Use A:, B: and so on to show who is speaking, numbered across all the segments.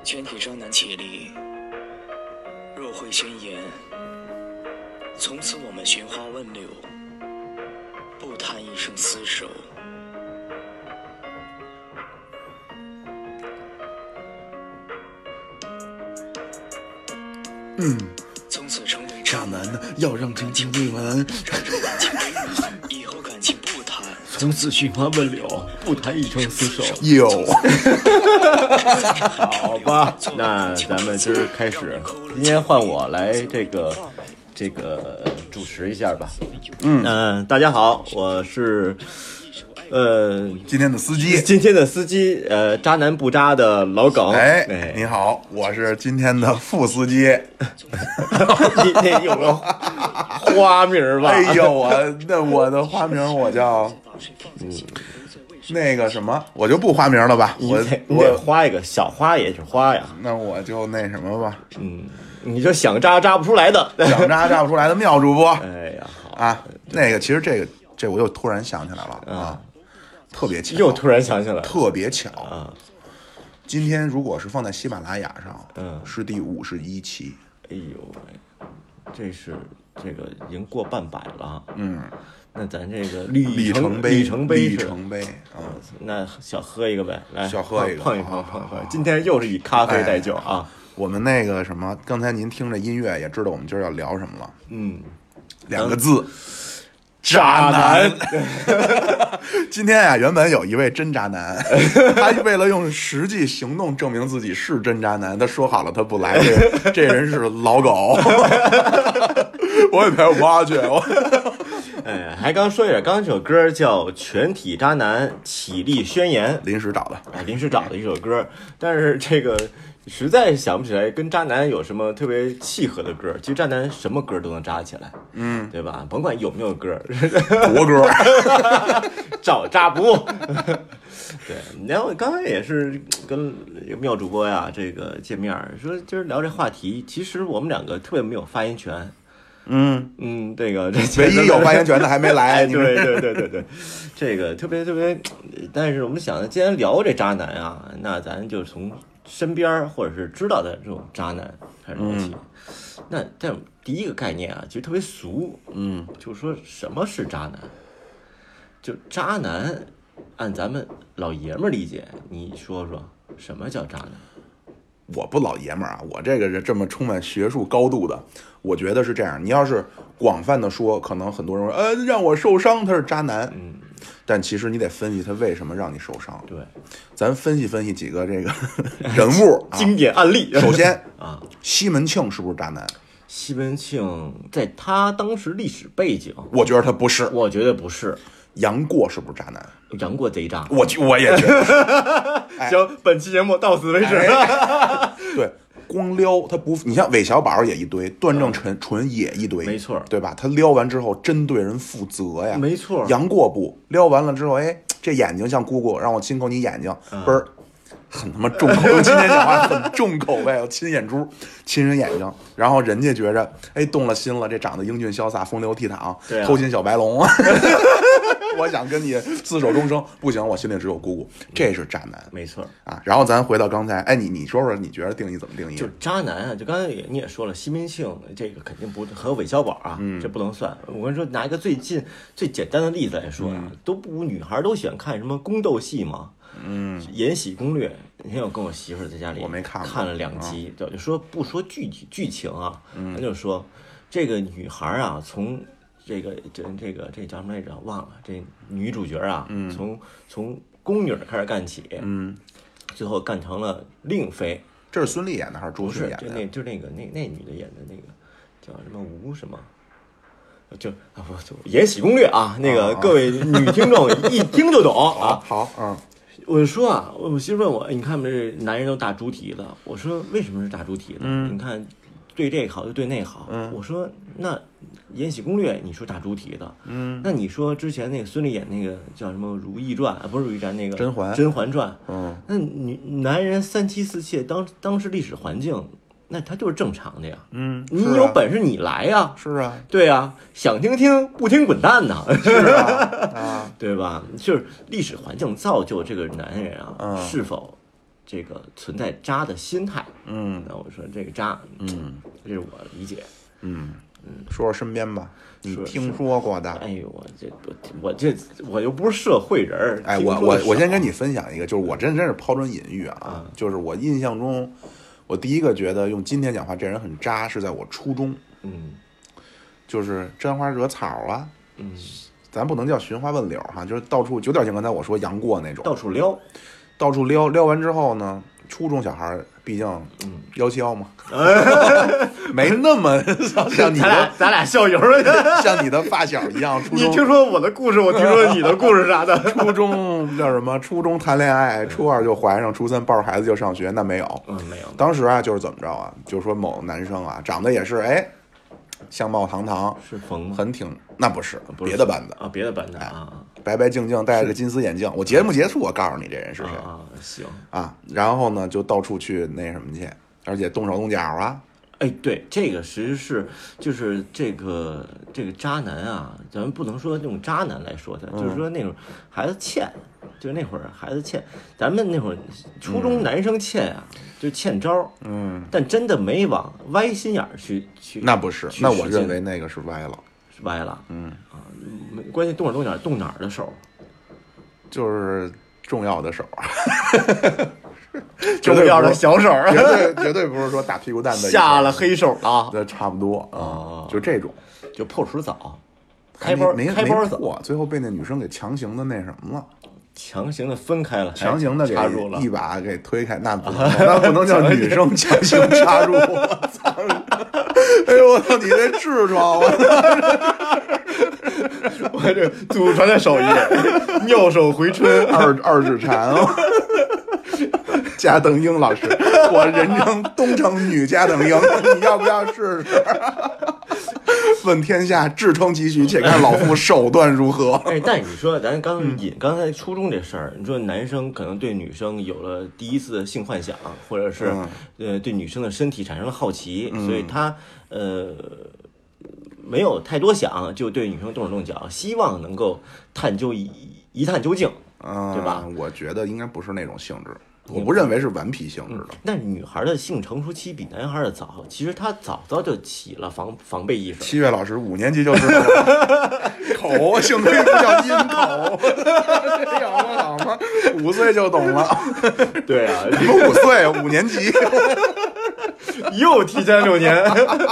A: 全体渣男起立，若会宣言，从此我们寻花问柳，不谈一生厮守。从此成为
B: 渣男要让真情未完，
A: 以后感情不谈，
C: 从此寻花问柳，不谈一生厮守。
B: 有
C: 好吧，那咱们今儿开始，今天换我来这个主持一下吧。大家好，我是
B: 今天的司机，
C: 渣男不渣的老耿。
B: 你好，我是今天的副司机。
C: 你有个花名吧？
B: 哎呦，我的花名我叫那个什么，我就不花名了吧。我
C: 得花一个小花也是花呀。
B: 那我就那什么吧。
C: 你就想渣渣不出来的，
B: 想渣不出来的妙主播。
C: 哎呀，好
B: 啊，那个其实这我又突然想起来了啊，特别巧，
C: 又突然想起来了，
B: 特别巧
C: 啊。
B: 今天如果是放在喜马拉雅上，是第51期。
C: 哎呦喂，这个已经过半百了。那咱这个里程碑
B: 啊，
C: 那小喝一个呗，来，
B: 小喝一个，
C: 碰一碰。今天又是以咖啡代酒啊。
B: 我们那个什么，刚才您听着音乐也知道我们今儿要聊什么了。2个字，渣男。今天啊，原本有一位真渣男，他为了用实际行动证明自己是真渣男，他说好了他不来。这人是老狗，我也陪我妈去。
C: 还刚说一下，刚刚这首歌叫《全体渣男起立宣言》，
B: 临时找的
C: 一首歌，但是这个实在想不起来跟渣男有什么特别契合的歌。其实渣男什么歌都能渣起来，对吧？甭管有没有歌，
B: 国歌，
C: 找渣不误。对，然后刚才也是跟妙主播呀这个见面说，今儿聊这话题，其实我们两个特别没有发言权。这个
B: 唯一有发言权的还没来。
C: 对，这个特别，但是我们想，既然聊这渣男啊，那咱就从身边或者是知道的这种渣男开始聊起。那但第一个概念啊，其实特别俗。就是说什么是渣男？就渣男，按咱们老爷们儿理解，你说说什么叫渣男？
B: 我不老爷们儿啊，我这个人这么充满学术高度的，我觉得是这样。你要是广泛的说，可能很多人说，让我受伤，他是渣男。但其实你得分析他为什么让你受伤。
C: 对，
B: 咱分析几个这个人物
C: 经典案例。
B: 首先西门庆是不是渣男？
C: 西门庆在他当时历史背景，
B: 我觉得他不是。
C: 我觉得不是。
B: 杨过是不是渣男？
C: 杨过贼渣，
B: 我也觉得。
C: 行，本期节目到此为止。
B: 对，光撩他不，你像韦小宝也一堆，段正淳也一堆，
C: 没错，
B: 对吧？他撩完之后真对人负责呀，
C: 没错。
B: 杨过不撩完了之后，这眼睛像姑姑，让我亲口你眼睛，嘣儿。很他妈重口味，我今天讲话很重口味，我亲眼珠，亲人眼睛，然后人家觉着动了心了，这长得英俊潇洒、风流倜傥，偷心小白龙，我想跟你厮守终生，不行，我心里只有姑姑，这是渣男，
C: 没错
B: 啊。然后咱回到刚才，你说说，你觉得定义怎么定义？
C: 就渣男啊，就刚才你也说了，西门庆这个肯定不和韦小宝啊，这不能算。我跟你说，拿一个最简单的例子来说啊，女孩都喜欢看什么宫斗戏嘛。延禧攻略，那天我跟我媳妇儿在家里，
B: 我没看过，
C: 看了2集，就说不说剧情啊，咱就说这个女孩啊，从这叫什么来着？忘了，这女主角啊，从宫女开始干起，最后干成了令妃。
B: 这是孙俪演的还是朱茵演的？
C: 就是那女的演的那个叫什么吴什么？就延禧攻略啊，那个各位女听众一听就懂啊。
B: 好，
C: 我就说啊，我媳妇问我，你看这男人都大猪蹄子，我说为什么是大猪蹄子？你看对这个好就对那个好。我说那延禧攻略你说大猪蹄子，那你说之前那个孙俪演那个叫什么《如懿传》啊，不是《如懿传》，那个《甄嬛传》。那男人3妻4妾，当时历史环境。那他就是正常的呀，你有本事你来呀，
B: 是啊，
C: 对啊，想听听不听滚蛋呐，
B: 是啊，
C: 对吧？就是历史环境造就这个男人啊，是否这个存在渣的心态。那我说这个渣，这是我理解。
B: 说说身边吧，你听说过的？
C: 哎呦，我又不是社会人。
B: 哎，我先跟你分享一个，就是我真是抛砖引玉啊，就是我印象中，我第一个觉得用今天讲话这人很渣，是在我初中。就是沾花惹草啊。咱不能叫寻花问柳哈，就是到处有点像刚才我说杨过那种，到处撩，撩完之后呢，初中小孩毕竟17嘛，没那么像你的
C: 咱俩校友
B: 像你的发小一样。
C: 你听说我的故事，我听说你的故事啥的。
B: 初中叫什么？初中谈恋爱，初2就怀上，初3抱着孩子就上学，那没有。
C: 没有。
B: 当时啊，就是怎么着啊？就是说某男生啊，长得也是相貌堂堂，
C: 是冯吗？
B: 很挺，那不是别的班的
C: 啊，别的班的啊。
B: 白白净净，戴着个金丝眼镜。我节目结束，我告诉你这人是谁
C: 啊？行
B: 啊，然后呢，就到处去那什么去，而且动手动脚啊。
C: 哎，对，这个其实是就是这个渣男啊，咱们不能说用渣男来说他，就是说那种孩子欠，就是那会儿孩子欠，咱们那会儿初中男生欠啊，就欠招，但真的没往歪心眼儿去。
B: 那不是，那我认为那个是歪了。
C: 是歪了，没关系，动手动脚，动哪儿的手？
B: 就是重要的手，
C: 重要的小手，
B: 绝对不是说打屁股蛋的
C: 下了黑手了，
B: 那差不多就这种，
C: 就破处早，开包早，
B: 最后被那女生给强行的那什么了。
C: 强行的分开了，
B: 强行的
C: 插入了，
B: 一把给推开，那不能叫女生强行插入。我操！哎呦我操！你这痔疮，
C: 我这祖传的手艺，妙手回春，
B: 二指禅。加等英老师，我人称东城女加等英，你要不要试试？问天下痔疮几许，且看老夫手段如何。
C: 哎，但你说咱刚才初中这事儿，你说男生可能对女生有了第一次的性幻想，或者是对女生的身体产生了好奇，所以他没有太多想，就对女生动手动脚，希望能够一探究竟，对吧？
B: 我觉得应该不是那种性质。我不认为是顽皮性质的。
C: 但女孩的性成熟期比男孩的早，其实她早就起了防备意识。
B: 7月老师5年级就知道口，幸亏不叫阴口，这样好吗？5岁就懂了。
C: 对啊，
B: 你们5岁5年级，
C: 又提前6年。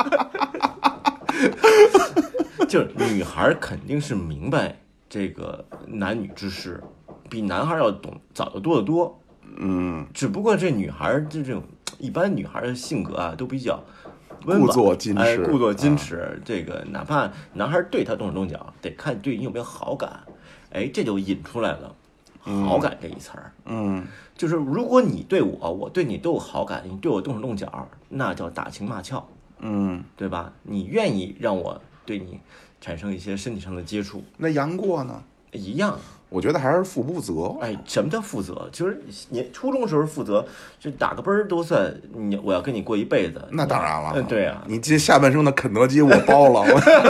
C: 就是女孩肯定是明白这个男女之事，比男孩要懂早得多得多。只不过这女孩这种一般女孩的性格啊，都比较
B: 故作矜持，
C: 故作矜持。这个哪怕男孩对她动手动脚，得看对你有没有好感。哎，这就引出来了好感这一词儿。就是如果你对我对你都有好感，你对我动手动脚，那叫打情骂俏。对吧？你愿意让我对你产生一些身体上的接触。
B: 那杨过呢？
C: 一样。
B: 我觉得还是负不责。
C: 哎，什么叫负责？就是你初中时候负责，就打个奔儿都算我要跟你过一辈子。
B: 那当然了。
C: 对啊，
B: 你这下半生的肯德基我包了。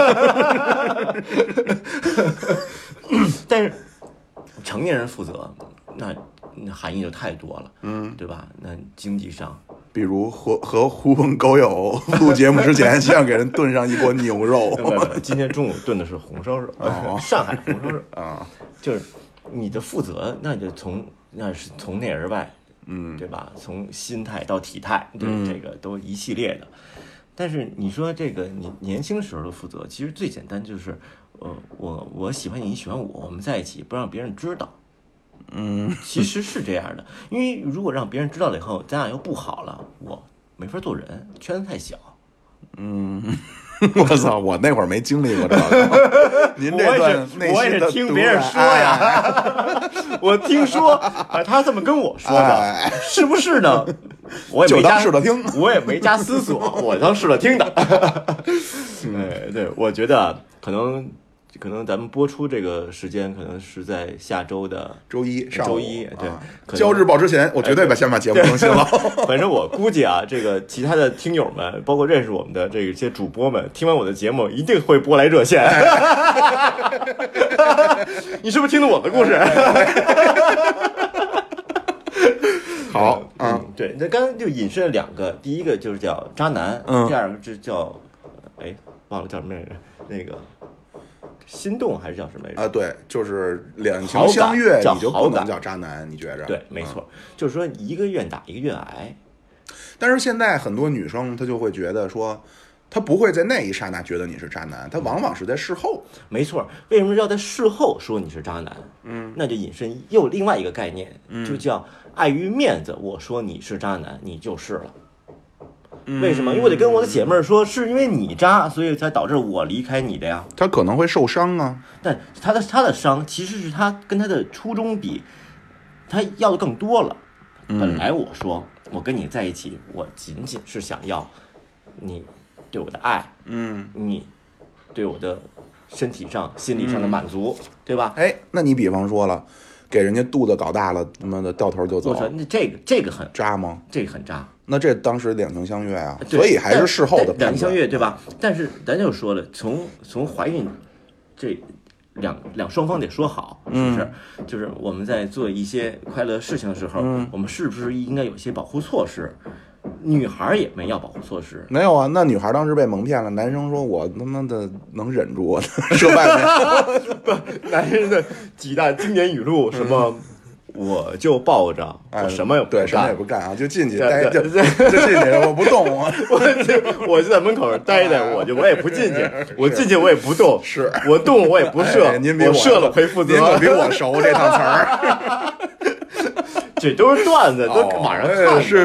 C: 但是成年人负责，那含义就太多了。对吧？那经济上，
B: 比如和狐朋狗友录节目之前，先要给人炖上一锅牛肉。
C: 今天中午炖的是红烧肉，上海红烧肉
B: 啊。
C: 就是你的负责，那是从内而外，对吧？从心态到体态，对，这个都一系列的。但是你说这个你年轻时候的负责，其实最简单就是，我喜欢你，你喜欢我，我们在一起，不让别人知道。其实是这样的，因为如果让别人知道了以后，咱俩又不好了，我没法做人，圈子太小。
B: 我操！我那会儿没经历过这个。您这段
C: 我也是听别人说呀。我听说他这么跟我说的，是不是呢？我也没加
B: 试着听，
C: 我也没加思索，我当试着听的。哎，对，我觉得可能咱们播出这个时间可能是在下周的
B: 周一上午。
C: 对，
B: 交日报之前，我绝对先把节目更新了。
C: 反正我估计啊，这个其他的听友们，包括认识我们的这些主播们，听完我的节目一定会拨来热线。你是不是听了我的故事？
B: 好
C: 对，那刚才就引申了2个，第一个就是叫渣男，第二个就叫忘了叫什么来着，那个心动还是叫什么来着？
B: 啊，对，就是两情相悦，你就不能叫渣男，你觉着？
C: 对，没错，就是说一个愿打一个愿挨。
B: 但是现在很多女生她就会觉得说，她不会在那一刹那觉得你是渣男，她往往是在事后。
C: 没错，为什么要在事后说你是渣男？那就引申又另外一个概念，就叫碍于面子，我说你是渣男，你就是了。为什么？因为我得跟我的姐妹儿说，是因为你渣，所以才导致我离开你的呀。
B: 她可能会受伤啊，
C: 但她的伤其实是她跟她的初衷比，她要的更多了。本来我说我跟你在一起，我仅仅是想要你对我的爱，你对我的身体上、心理上的满足，对吧？
B: 哎，那你比方说了，给人家肚子搞大了，他妈的掉头就走，
C: 我说那这个很
B: 渣吗？
C: 这个很渣。
B: 那这当时两情相悦啊，所以还是事后的判断。
C: 两情相悦，对吧？但是咱就说了，从怀孕这两双方得说好，是不是？就是我们在做一些快乐事情的时候，我们是不是应该有一些保护措施？女孩也没要保护措施，
B: 没有啊？那女孩当时被蒙骗了，男生说我他妈的能忍住，说外面
C: 男人的几大经典语录，什么我就抱着，我什么也不干，
B: 对，什么也不干啊，就进去待，就进去，我不动，
C: 我就在门口待着，我也不进去，我进去我也不动，
B: 是
C: 我动我也不射，我射了赔负责，
B: 您可比我熟这套词儿。
C: 这都是段子，都网上看。
B: 是，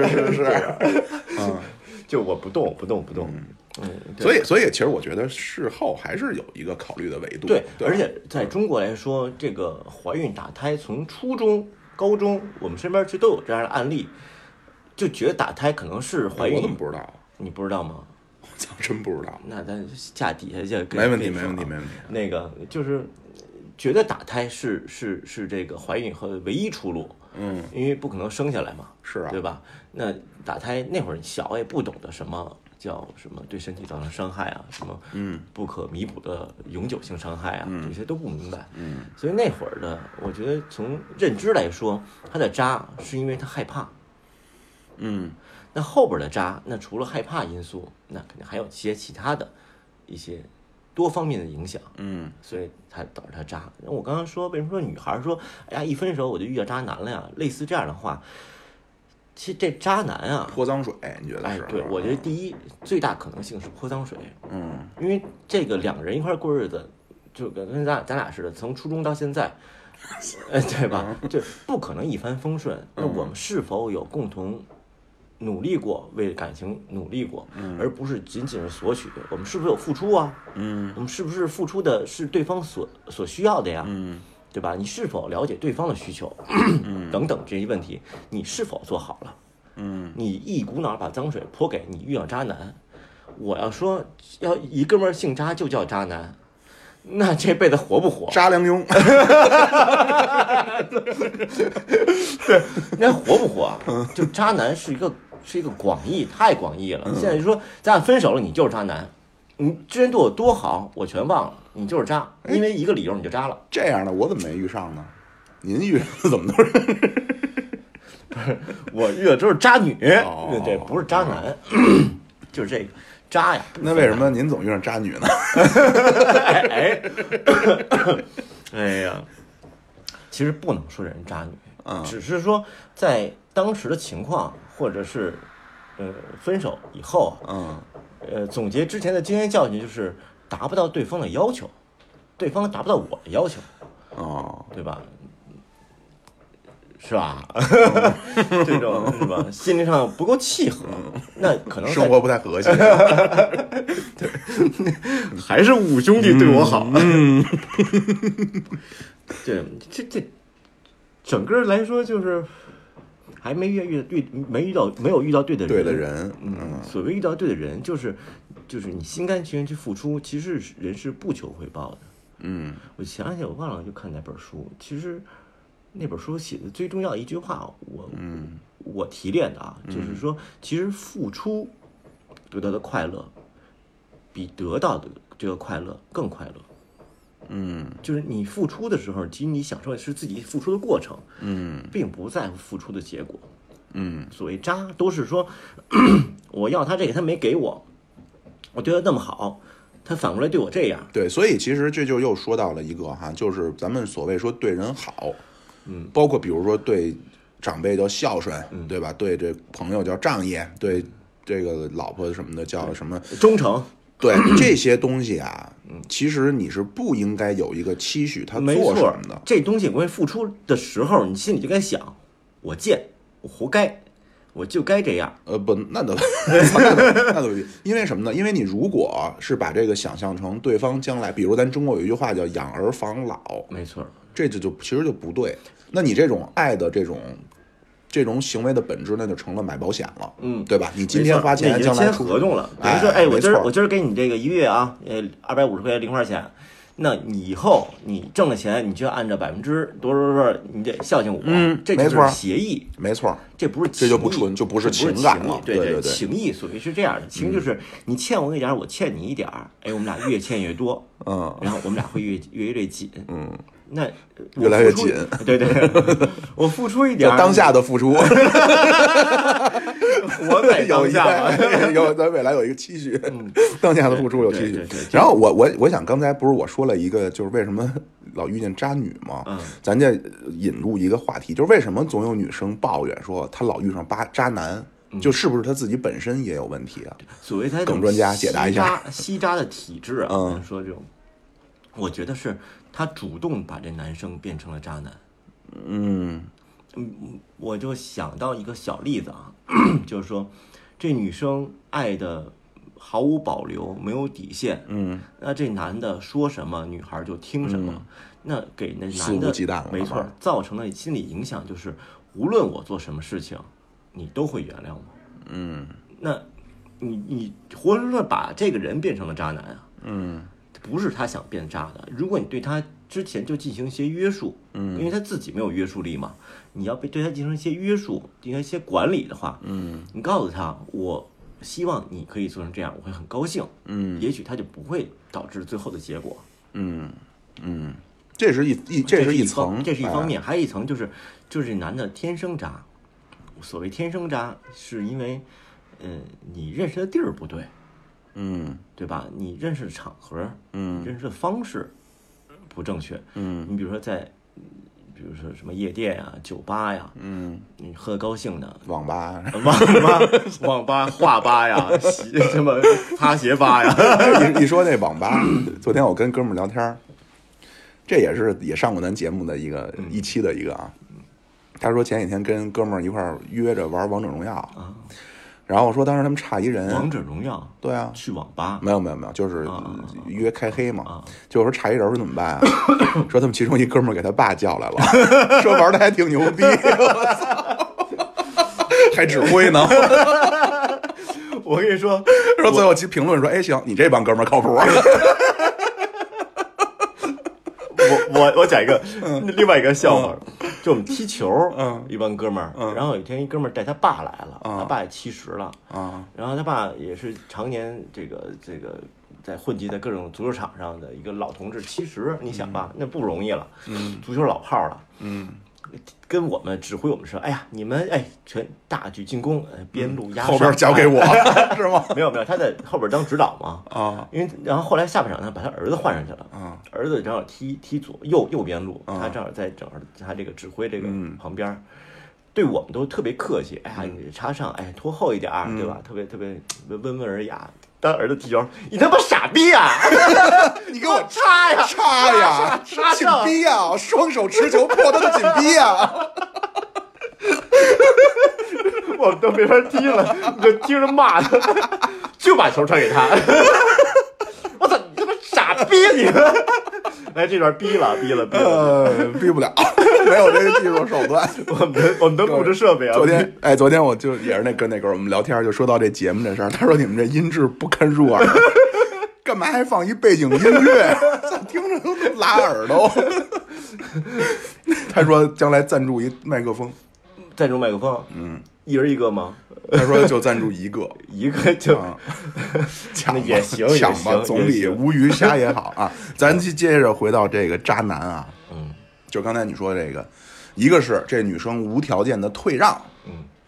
C: 就我不动。
B: 所以其实我觉得事后还是有一个考虑的维度。
C: 对，而且在中国来说，这个怀孕打胎从初中、高中，我们身边其实都有这样的案例，就觉得打胎可能是怀孕。
B: 我怎么不知道？
C: 你不知道吗？
B: 我真不知道。
C: 那咱下底下就
B: 没问题。
C: 那个就是觉得打胎是这个怀孕和唯一出路。因为不可能生下来嘛，
B: 是啊，
C: 对吧？那打胎那会儿小也不懂得什么叫什么对身体造成伤害啊，什么不可弥补的永久性伤害啊，这些都不明白。所以那会儿的，我觉得从认知来说，他的渣是因为他害怕。那后边的渣，那除了害怕因素，那肯定还有些其他的一些多方面的影响，所以才导致他渣。我刚刚说，为什么说女孩说，哎呀，一分手我就遇到渣男了呀？类似这样的话，其实这渣男啊，
B: 泼脏水，你觉得是？
C: 哎，对，我觉得第一最大可能性是泼脏水，因为这个两个人一块过日子，就跟咱俩似的，从初中到现在，对吧？就不可能一帆风顺。那我们是否有共同努力过，为感情努力过，而不是仅仅是索取？我们是不是有付出啊？我们是不是付出的是对方所需要的呀？对吧？你是否了解对方的需求？等等这些问题，你是否做好了？你一股脑把脏水泼给你遇到渣男，我要说要一哥们儿姓渣就叫渣男，那这辈子活不活？
B: 渣良庸。
C: 对，你看活不活？就渣男是一个广义，太广义了。现在就说咱俩分手了，你就是渣男，你之前对我多好，我全忘了，你就是渣，因为一个理由你就渣了。
B: 这样的我怎么没遇上呢？您遇上的怎么都是？
C: 不是，我遇的都是渣女，对，不是渣男，就是这个渣呀。
B: 那为什么您总遇上渣女呢？
C: 哎呀，其实不能说人渣女，只是说在当时的情况，或者是分手以后，总结之前的经验教训，就是达不到对方的要求，对方达不到我的要求，对吧？是吧？这种是吧？心灵上不够契合，那可能
B: 生活不太和谐。
C: 对，还是五兄弟对我好。对，这整个来说就是还没有遇到对的人。所谓遇到对的人，就是你心甘情愿去付出，其实人是不求回报的。我前两天我忘了就看哪本书，其实那本书写的最重要的一句话，我提炼的啊，就是说，其实付出得到的快乐，比得到的这个快乐更快乐。就是你付出的时候，其实你享受的是自己付出的过程，并不在乎付出的结果。 所谓渣都是说我要他这个他没给我，我对他那么好，他反过来对我这样。
B: 对，所以其实这就又说到了一个哈，就是咱们所谓说对人好，包括比如说对长辈叫孝顺，对吧？对这朋友叫仗义，对这个老婆什么的叫什么
C: 忠诚。
B: 对这些东西啊，其实你是不应该有一个期许他做什么的。
C: 这东西我付出的时候，你心里就该想，我贱，我活该，我就该这样。
B: 不，那都因为什么呢？因为你如果是把这个想象成对方将来，比如咱中国有一句话叫养儿防老，
C: 没错，
B: 这就其实就不对。那你这种爱的这种行为的本质，那就成了买保险了，对吧？你今天花钱，将来
C: 签合同了。比如说，我今儿给你这个1个月啊，250块钱零花钱，那你以后你挣了钱，你就要按照%多少，你得孝敬我，这就是协议，
B: 没错，
C: 这不是
B: 这就不是情感了，对，
C: 情谊属于是这样的，情就是你欠我一点，我欠你一点，我们俩越欠越多，然后我们俩会越紧，那
B: 越来越紧，
C: 对，我付出一点，
B: 当下的付出，
C: 我在当下，
B: 咱未来有一个期许，当下的付出有期许。然后我想刚才不是我说了一个，就是为什么老遇见渣女嘛，咱就引入一个话题，就是为什么总有女生抱怨说她老遇上渣男，就是不是她自己本身也有问题啊？
C: 所谓她
B: 耿专家解答一下，
C: 吸渣的体质啊，说这种，我觉得是。他主动把这男生变成了渣男，我就想到一个小例子啊，就是说，这女生爱的毫无保留，没有底线，那这男的说什么，女孩就听什么，那给那男的
B: 肆无忌惮了，
C: 没错，造成了心理影响，就是无论我做什么事情，你都会原谅我，那你活生生把这个人变成了渣男啊，不是他想变渣的。如果你对他之前就进行一些约束，因为他自己没有约束力嘛，你要对他进行一些约束，进行一些管理的话，你告诉他，我希望你可以做成这样，我会很高兴，也许他就不会导致最后的结果，
B: 这是一层，
C: 这是一方面，还有一层就是这男的天生渣。所谓天生渣，是因为你认识的地儿不对。对吧？你认识的场合，认识的方式不正确，你比如说什么夜店呀、酒吧呀，你喝高兴的，
B: 网吧、
C: 画吧呀，什么擦鞋吧呀。
B: 一说那网吧，昨天我跟哥们儿聊天，这也上过咱节目的一期的一个啊。他说前几天跟哥们儿一块儿约着玩王者荣耀啊。然后我说当时他们差一人，
C: 王者荣耀，
B: 对啊，
C: 去网吧
B: 没有，就是约开黑嘛，就说差一人说怎么办啊？说他们其中一哥们儿给他爸叫来了，说玩的还挺牛逼，我操，还指挥呢。
C: 我跟你说
B: 最后评论说，哎，行，你这帮哥们儿靠谱。
C: 我讲一个另外一个笑话，就我们踢球，一帮哥们儿，然后有一天一哥们儿带他爸来了，他爸也70了，然后他爸也是常年这个在混迹在各种足球场上的一个老同志，70，你想吧，那不容易了，足球老炮了，跟我们指挥我们说，哎呀，你们全大举进攻，边路压上，
B: 后边交给我，是吗？
C: 没有，他在后边当指导嘛，因为然后后来下半场呢，把他儿子换上去了，儿子正好踢右边路，他正好在正好他这个指挥这个旁边，对我们都特别客气，哎呀，你插上，拖后一点，对吧？特别温文尔雅。当儿子踢球，你他妈傻逼啊！
B: 你给我插呀，紧逼呀，双手持球破他的紧逼呀！
C: 我们都没法踢了，你就听着骂他，就把球传给他。我操，你他妈傻逼你！来这段逼了，
B: 逼不了，没有这个技术手段。
C: 我们的录制设备啊。
B: 昨天我就也是跟那哥我们聊天，就说到这节目这事儿，他说你们这音质不堪入耳，干嘛还放一背景音乐？听着都拉耳朵。他说将来赞助一麦克风，
C: 一人一个吗？
B: 他说就赞助一个
C: 就
B: 抢
C: 也行，
B: 抢吧，总比无鱼虾也好啊。咱接着回到这个渣男啊，就刚才你说这个，一个是这女生无条件的退让，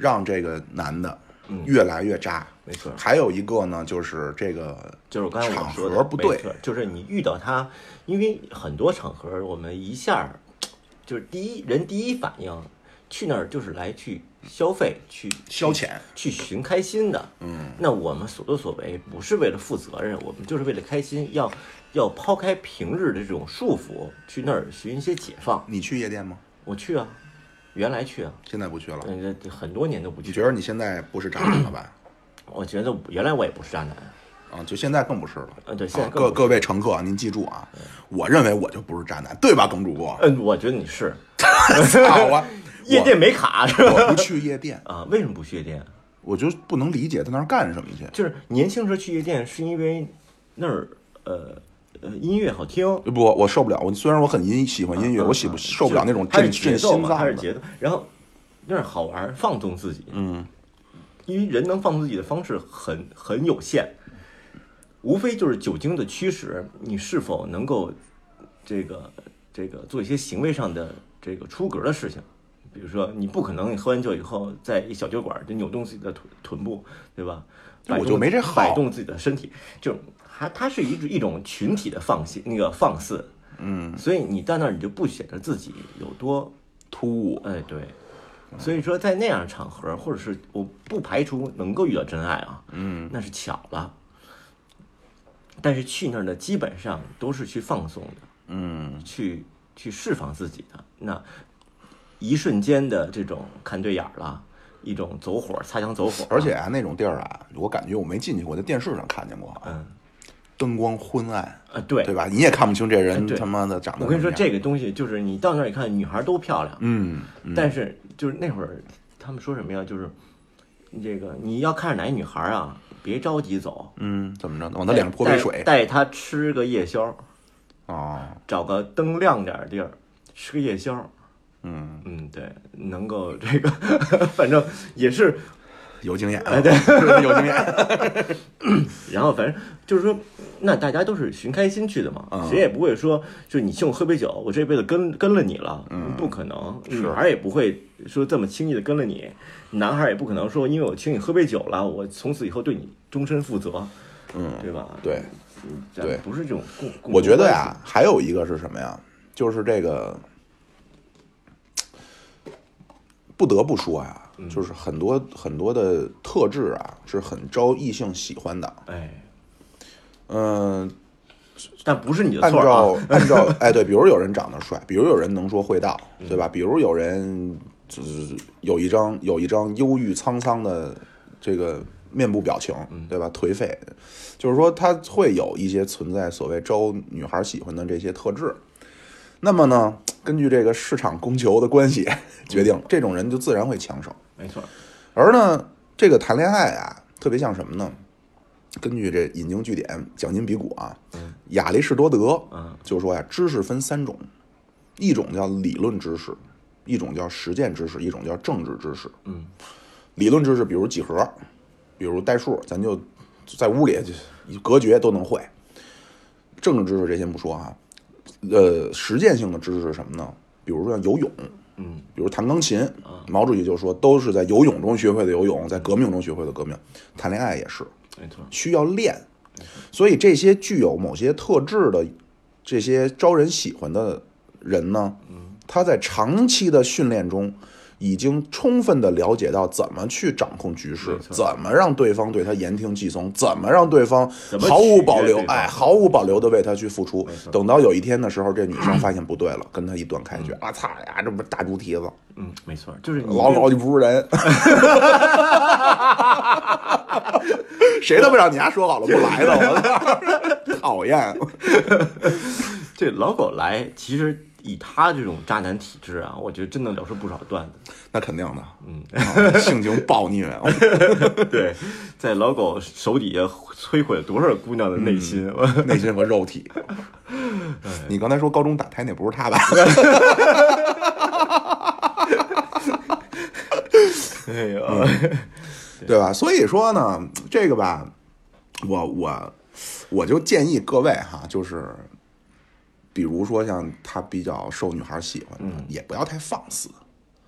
B: 让这个男的越来越渣。
C: 没错。
B: 还有一个呢，就是这个
C: 就是刚才我
B: 场
C: 说的
B: 合不对，
C: 就是你遇到他，因为很多场合我们一下就是第一反应去那儿就是来去消费、去
B: 消遣、
C: 去寻开心的。那我们所作所为不是为了负责任，我们就是为了开心，要抛开平日的这种束缚，去那儿寻一些解放。
B: 你去夜店吗？
C: 我去啊，原来去啊，
B: 现在不去了。
C: 很多年都不去。
B: 你觉得你现在不是渣男了吧？
C: 我觉得原来我也不是渣男。
B: 啊，就现在更不是了。
C: 对，现在更不是。
B: 各位乘客，您记住啊，我认为我就不是渣男，对吧，耿主播？
C: 我觉得你是。
B: 操啊！
C: 夜店没卡是吧？
B: 我不去夜店
C: 啊？为什么不去夜店？
B: 我就不能理解在那儿干什么去。
C: 就是年轻时候去夜店，是因为那儿音乐好听。
B: 不，我受不了。我虽然我很喜欢音乐，我受不了那种震心脏的。
C: 它是节奏，然后那儿好玩，放纵自己。因为人能放纵自己的方式很有限，无非就是酒精的驱使，你是否能够这个做一些行为上的这个出格的事情。比如说，你不可能喝完酒以后在一小酒馆就扭动自己的臀部，对吧？
B: 我就没这好，
C: 摆动自己的身体，就它是一种群体的放肆，所以你在那儿你就不显得自己有多
B: 突兀，
C: 哎，对，所以说在那样的场合，或者是我不排除能够遇到真爱啊，那是巧了，但是去那儿呢，基本上都是去放松的，去释放自己的那。一瞬间的这种看对眼了，一种走火擦枪走火，
B: 而且啊，那种地儿啊，我感觉我没进去过，在电视上看见过，灯光昏暗对吧？你也看不清这人他妈的长得。
C: 我跟你说，这个东西就是你到那儿一看，女孩都漂亮，但是就是那会儿他们说什么呀？就是这个你要看着哪一女孩啊，别着急走，
B: 怎么着？往她脸上泼杯水，
C: 带她吃个夜宵，找个灯亮点的地儿吃个夜宵。对，能够这个，反正也是
B: 有经验，
C: 对，
B: 有经验。
C: 然后反正就是说，那大家都是寻开心去的嘛，谁也不会说，就你请我喝杯酒，我这辈子跟了你了，不可能。女孩也不会说这么轻易的跟了你，男孩也不可能说，因为我请你喝杯酒了，我从此以后对你终身负责，对吧？
B: 对，对，
C: 不是这种
B: 我觉得呀，还有一个是什么呀？就是这个。不得不说呀，就是很多的特质啊，是很招异性喜欢的。
C: 但不是你的错。
B: 按照，哎，对，比如有人长得帅，比如有人能说会道，对吧？比如有人就是有一张忧郁沧桑的这个面部表情，对吧？颓废，就是说他会有一些存在所谓招女孩喜欢的这些特质。那么呢，根据这个市场供求的关系决定，这种人就自然会抢手。
C: 没错。
B: 而呢，这个谈恋爱啊，特别像什么呢？根据这引经据典、讲金比古啊，亚里士多德就说呀，知识分3种，一种叫理论知识，一种叫实践知识，一种叫政治知识。理论知识，比如几何，比如代数，咱就在屋里隔绝都能会。政治知识这先不说啊。实践性的知识是什么呢？比如说像游泳，比如弹钢琴，毛主席就说都是在游泳中学会的游泳，在革命中学会的革命。谈恋爱也是，
C: 没错，
B: 需要练。所以这些具有某些特质的这些招人喜欢的人呢，他在长期的训练中已经充分的了解到怎么去掌控局势，怎么让对方对他言听计从，怎么让对方毫无保留的为他去付出。等到有一天的时候，这女生发现不对了，跟他一断开去，操呀，这不是大猪蹄子。
C: 没错，就是
B: 老狗就不是人。谁都不让你丫说好了不来的，我讨厌。
C: 这老狗来，其实以他这种渣男体质啊，我觉得真能聊出不少段子。
B: 那肯定的，性情暴虐。
C: 对，在老狗手底下摧毁了多少姑娘的内心，
B: 内心和肉体。你刚才说高中打胎那不是他吧？
C: 哎呀，
B: 对吧？所以说呢，这个吧，我就建议各位哈，就是比如说像他比较受女孩喜欢的，也不要太放肆，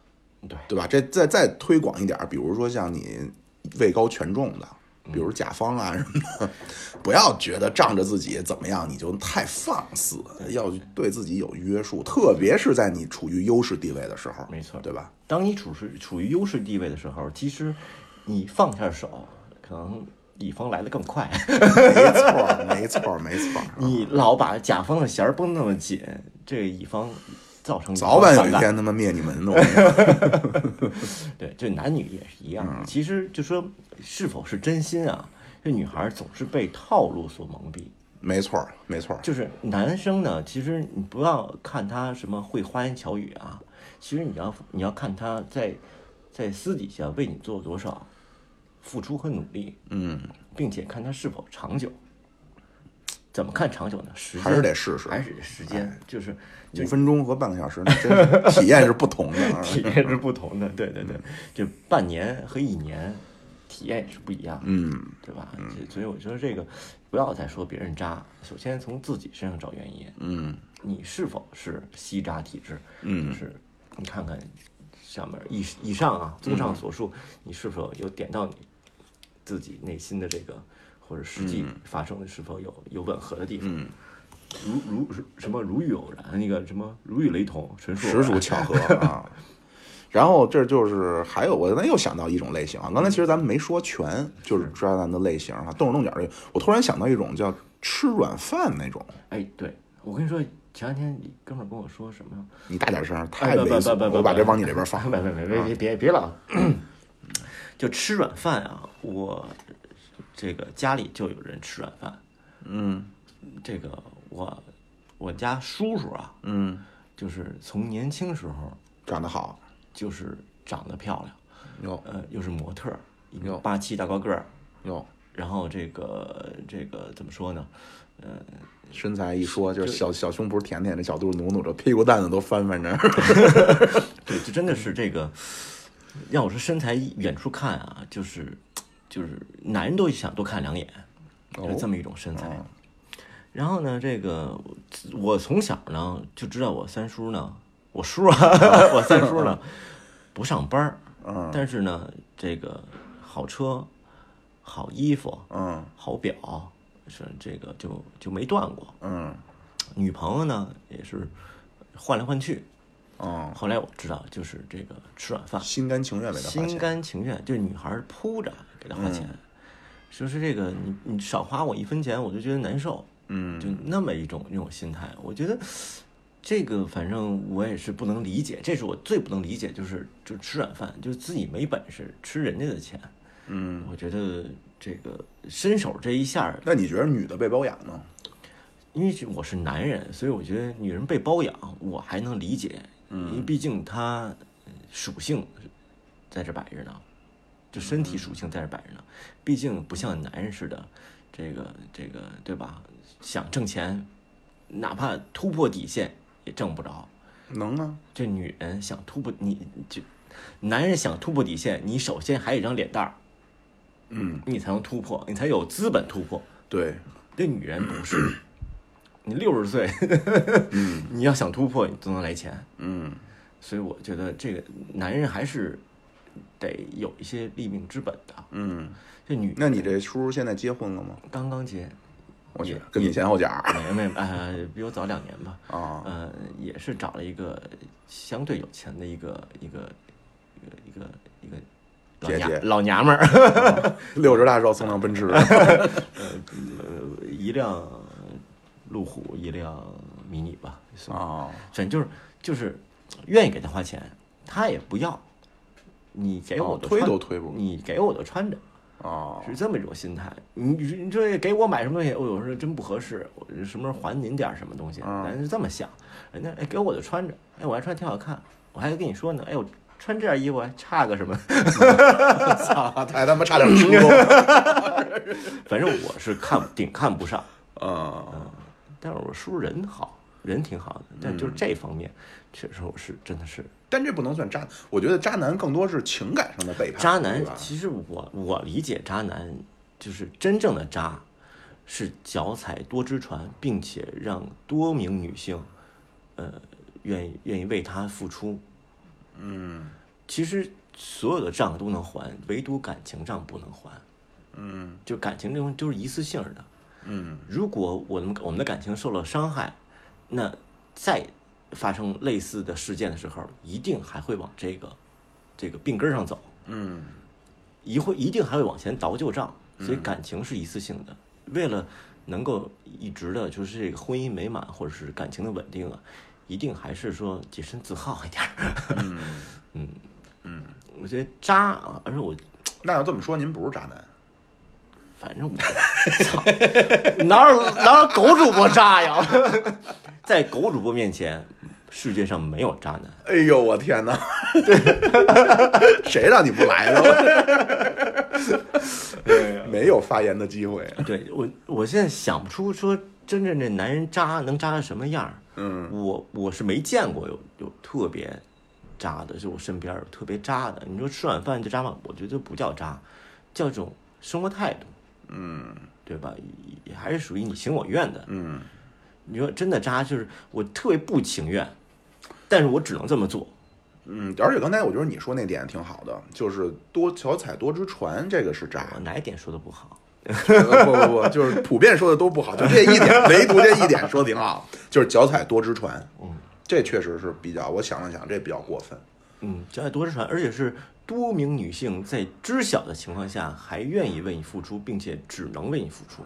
B: 对吧？这再推广一点，比如说像你位高权重的，比如甲方啊什么的，不要觉得仗着自己怎么样你就太放肆，要对自己有约束，特别是在你处于优势地位的时候，
C: 没错，
B: 对吧？
C: 当你处于优势地位的时候，其实你放下手，可能乙方来得更快。
B: 没错。
C: 你老把甲方的弦儿绷那么紧，这个乙方造成
B: 早晚有一天他妈灭你门的。
C: 对，这男女也是一样。其实就说是否是真心啊，这女孩总是被套路所蒙蔽。
B: 没错。
C: 就是男生呢，其实你不要看他什么会花言巧语啊，其实你要看他在私底下为你做多少付出和努力，并且看他是否长久。怎么看长久呢？时间
B: 还是得试试，
C: 还是时间，就是
B: 5分钟和半个小时，那真是体验是不同的，
C: 体验是不同的。对，就半年和1年体验也是不一样，对吧？所以我觉得这个不要再说别人渣，首先从自己身上找原因，你是否是吸渣体质？就是你看看上面以上啊，综上所述，你是否有点到你自己内心的这个？或者实际发生的是否有吻合的地方？如遇偶然，那个什么如遇雷同，实
B: 属巧合啊。然后这就是还有，我刚才又想到一种类型啊。刚才其实咱们没说全，就是渣男的类型啊，动手动脚的。我突然想到一种叫吃软饭那种。
C: 哎，对，我跟你说，前两天你哥们跟我说什么？
B: 你大点声，太猥琐，我把这往你这边放。
C: 别老，就吃软饭啊！我。这个家里就有人吃软饭，这个我家叔叔啊，就是从年轻时候
B: 长得好，
C: 就是长得漂亮，又是模特，一个87大高个儿，然后这个怎么说呢？
B: 身材一说就是小胸脯甜甜，这小肚子努努，这屁股蛋子都翻着。
C: 对，就真的是这个，要我说身材远处看啊，就是男人都想多看2眼，就是这么一种身材。然后呢，这个我从小呢就知道我三叔呢，我三叔呢不上班，但是呢这个好车、好衣服、好表是这个就没断过。女朋友呢也是换来换去。后来我知道，就是这个吃软饭，
B: 心甘情愿给他花钱，
C: 心甘情愿，就是女孩扑着给他花钱，就是这个你少花我1分钱，我就觉得难受，就那么一种心态。我觉得这个反正我也是不能理解，这是我最不能理解，就吃软饭，就是自己没本事吃人家的钱，我觉得这个伸手这一下。
B: 那你觉得女的被包养呢？
C: 因为我是男人，所以我觉得女人被包养我还能理解。因为毕竟它属性在这摆着呢，就身体属性在这摆着呢。毕竟不像男人似的，这个对吧？想挣钱，哪怕突破底线也挣不着。
B: 能啊，
C: 这女人想突破，男人想突破底线，你首先还有一张脸蛋儿，你才能突破，你才有资本突破。
B: 对，
C: 这女人不是。你60岁，你要想突破，你都能来钱。所以我觉得这个男人还是得有一些立命之本的。这
B: 那你这叔现在结婚了吗？
C: 刚刚结。
B: 我去，跟你前后脚。
C: 没比我早2年吧。也是找了一个相对有钱的一个
B: 姐姐
C: 老娘们儿。
B: 60大寿送辆奔驰。
C: 一辆路虎，一辆迷你吧。反正就是愿意给他花钱，他也不要，你给我的
B: 推都推不，
C: 你给我的穿着，是这么一种心态。你这给我买什么东西，我有时候真不合适，我什么时候还您点什么东西，咱是这么想。人家给我的穿着，我还穿挺好看，我还跟你说呢，我穿这件衣服还差个什么？
B: 操，还他妈差点出路。
C: 反正我是看不上，但是我叔人好，人挺好的，但就是这方面，确实我是真的是。
B: 但这不能算渣，我觉得渣男更多是情感上的背叛。
C: 渣男其实我理解渣男就是真正的渣，是脚踩多只船，并且让多名女性，愿意为他付出。 其实所有的账都能还，唯独感情账不能还。就感情这种都是一次性的。如果我们的感情受了伤害，那再发生类似的事件的时候，一定还会往这个病根上走。一定还会往前倒旧账。所以感情是一次性的，为了能够一直的就是这个婚姻美满或者是感情的稳定啊，一定还是说洁身自好一点。我觉得渣啊，而且
B: 那要这么说，您不是渣男。
C: 反正我操，哪有狗主播渣呀？在狗主播面前，世界上没有渣男。
B: 哎呦，我天哪！谁让你不来的？没有发言的机会。
C: 对，我现在想不出说真正这男人渣能渣成什么样。我是没见过有特别渣的，就我身边有特别渣的。你说吃晚饭就渣吗？我觉得不叫渣，叫这种生活态度。对吧？也还是属于你情我愿的。你说真的渣，就是我特别不情愿，但是我只能这么做。
B: 而且刚才我觉得你说那点挺好的，就是多脚踩多只船，这个是渣。
C: 哪一点说的不好？
B: 不，就是普遍说的都不好，就这一点，唯独这一点说的挺好，就是脚踩多只船。这确实是比较，我想了想，这比较过分。
C: 脚踩多只船，而且是多名女性在知晓的情况下还愿意为你付出，并且只能为你付出。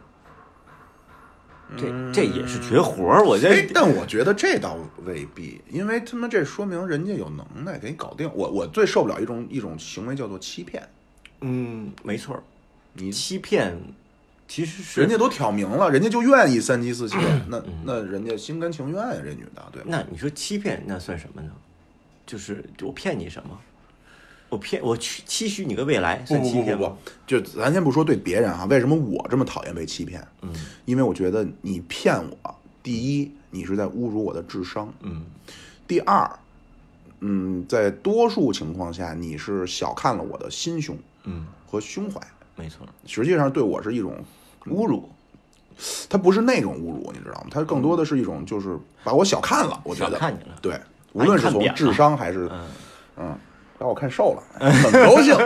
C: 这也是绝活儿，我觉得。
B: 但我觉得这倒未必，因为他们这说明人家有能耐给你搞定。我最受不了一种行为叫做欺骗。
C: 没错，你欺骗其实是
B: 人家都挑明了，人家就愿意3妻4妾，那人家心甘情愿呀，这女的，对吧？
C: 那你说欺骗那算什么呢？就是我骗你什么？我期许你个未来，算欺骗吗？
B: 不，就咱先不说对别人啊，为什么我这么讨厌被欺骗？因为我觉得你骗我，第一，你是在侮辱我的智商，第二，在多数情况下，你是小看了我的心胸，和胸怀，
C: 没错，
B: 实际上对我是一种
C: 侮辱，
B: 它不是那种侮辱，你知道吗？它更多的是一种就是把我小看了，我觉得
C: 小看你了，
B: 对，无论是从智商还是把我看瘦了，很高兴。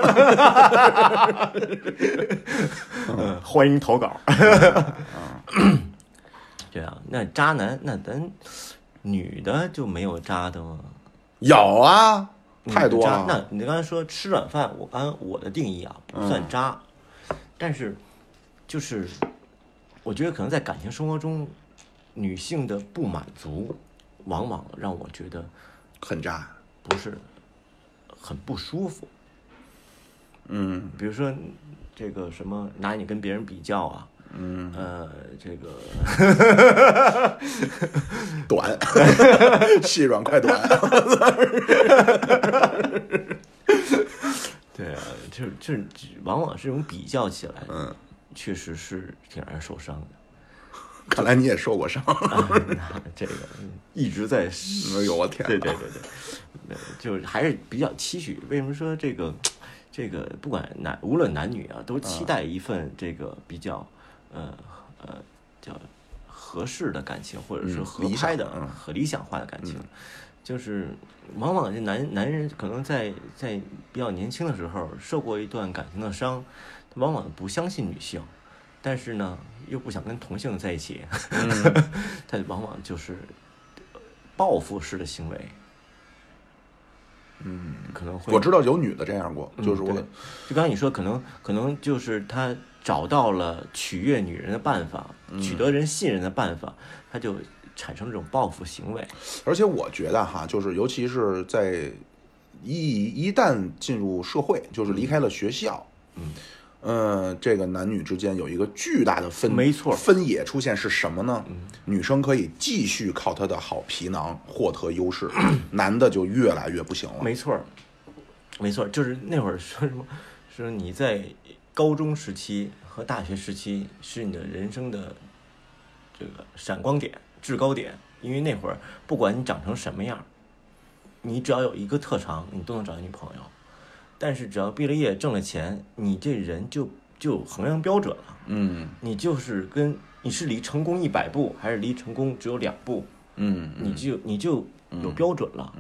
C: 欢迎投稿。对啊，那渣男，那咱女的就没有渣的吗？
B: 有啊，太多了。
C: 那你刚才说吃晚饭，我的定义啊不算渣，但是就是我觉得可能在感情生活中，女性的不满足，往往让我觉得
B: 很渣，
C: 不是很不舒服。比如说这个什么拿你跟别人比较啊，这个
B: 短，细软快短。
C: 对啊，就是往往这种比较起来，确实是挺让人受伤的。
B: 看来你也受过伤。
C: 这个一直在，
B: 哎呦我天！
C: 对，就是还是比较期许。为什么说这个不管无论男女啊，都期待一份这个比较叫合适的感情，或者是合拍的、和理想化的感情。就是往往这男人可能在比较年轻的时候受过一段感情的伤，往往不相信女性，但是呢又不想跟同性在一起，他往往就是报复式的行为。可能会，
B: 我知道有女的这样过，就是我，
C: 就刚才你说，可能就是他找到了取悦女人的办法，取得人信任的办法，他就产生这种报复行为。
B: 而且我觉得哈，就是尤其是在一旦进入社会，就是离开了学校，这个男女之间有一个巨大的分野出现，是什么呢？女生可以继续靠她的好皮囊获得优势，男的就越来越不行了。
C: 没错，就是那会儿说什么，说你在高中时期和大学时期是你的人生的这个闪光点、制高点，因为那会儿不管你长成什么样，你只要有一个特长，你都能找到女朋友。但是只要毕了业挣了钱，你这人就衡量标准了。你是离成功100步，还是离成功只有2步？你就有标准了。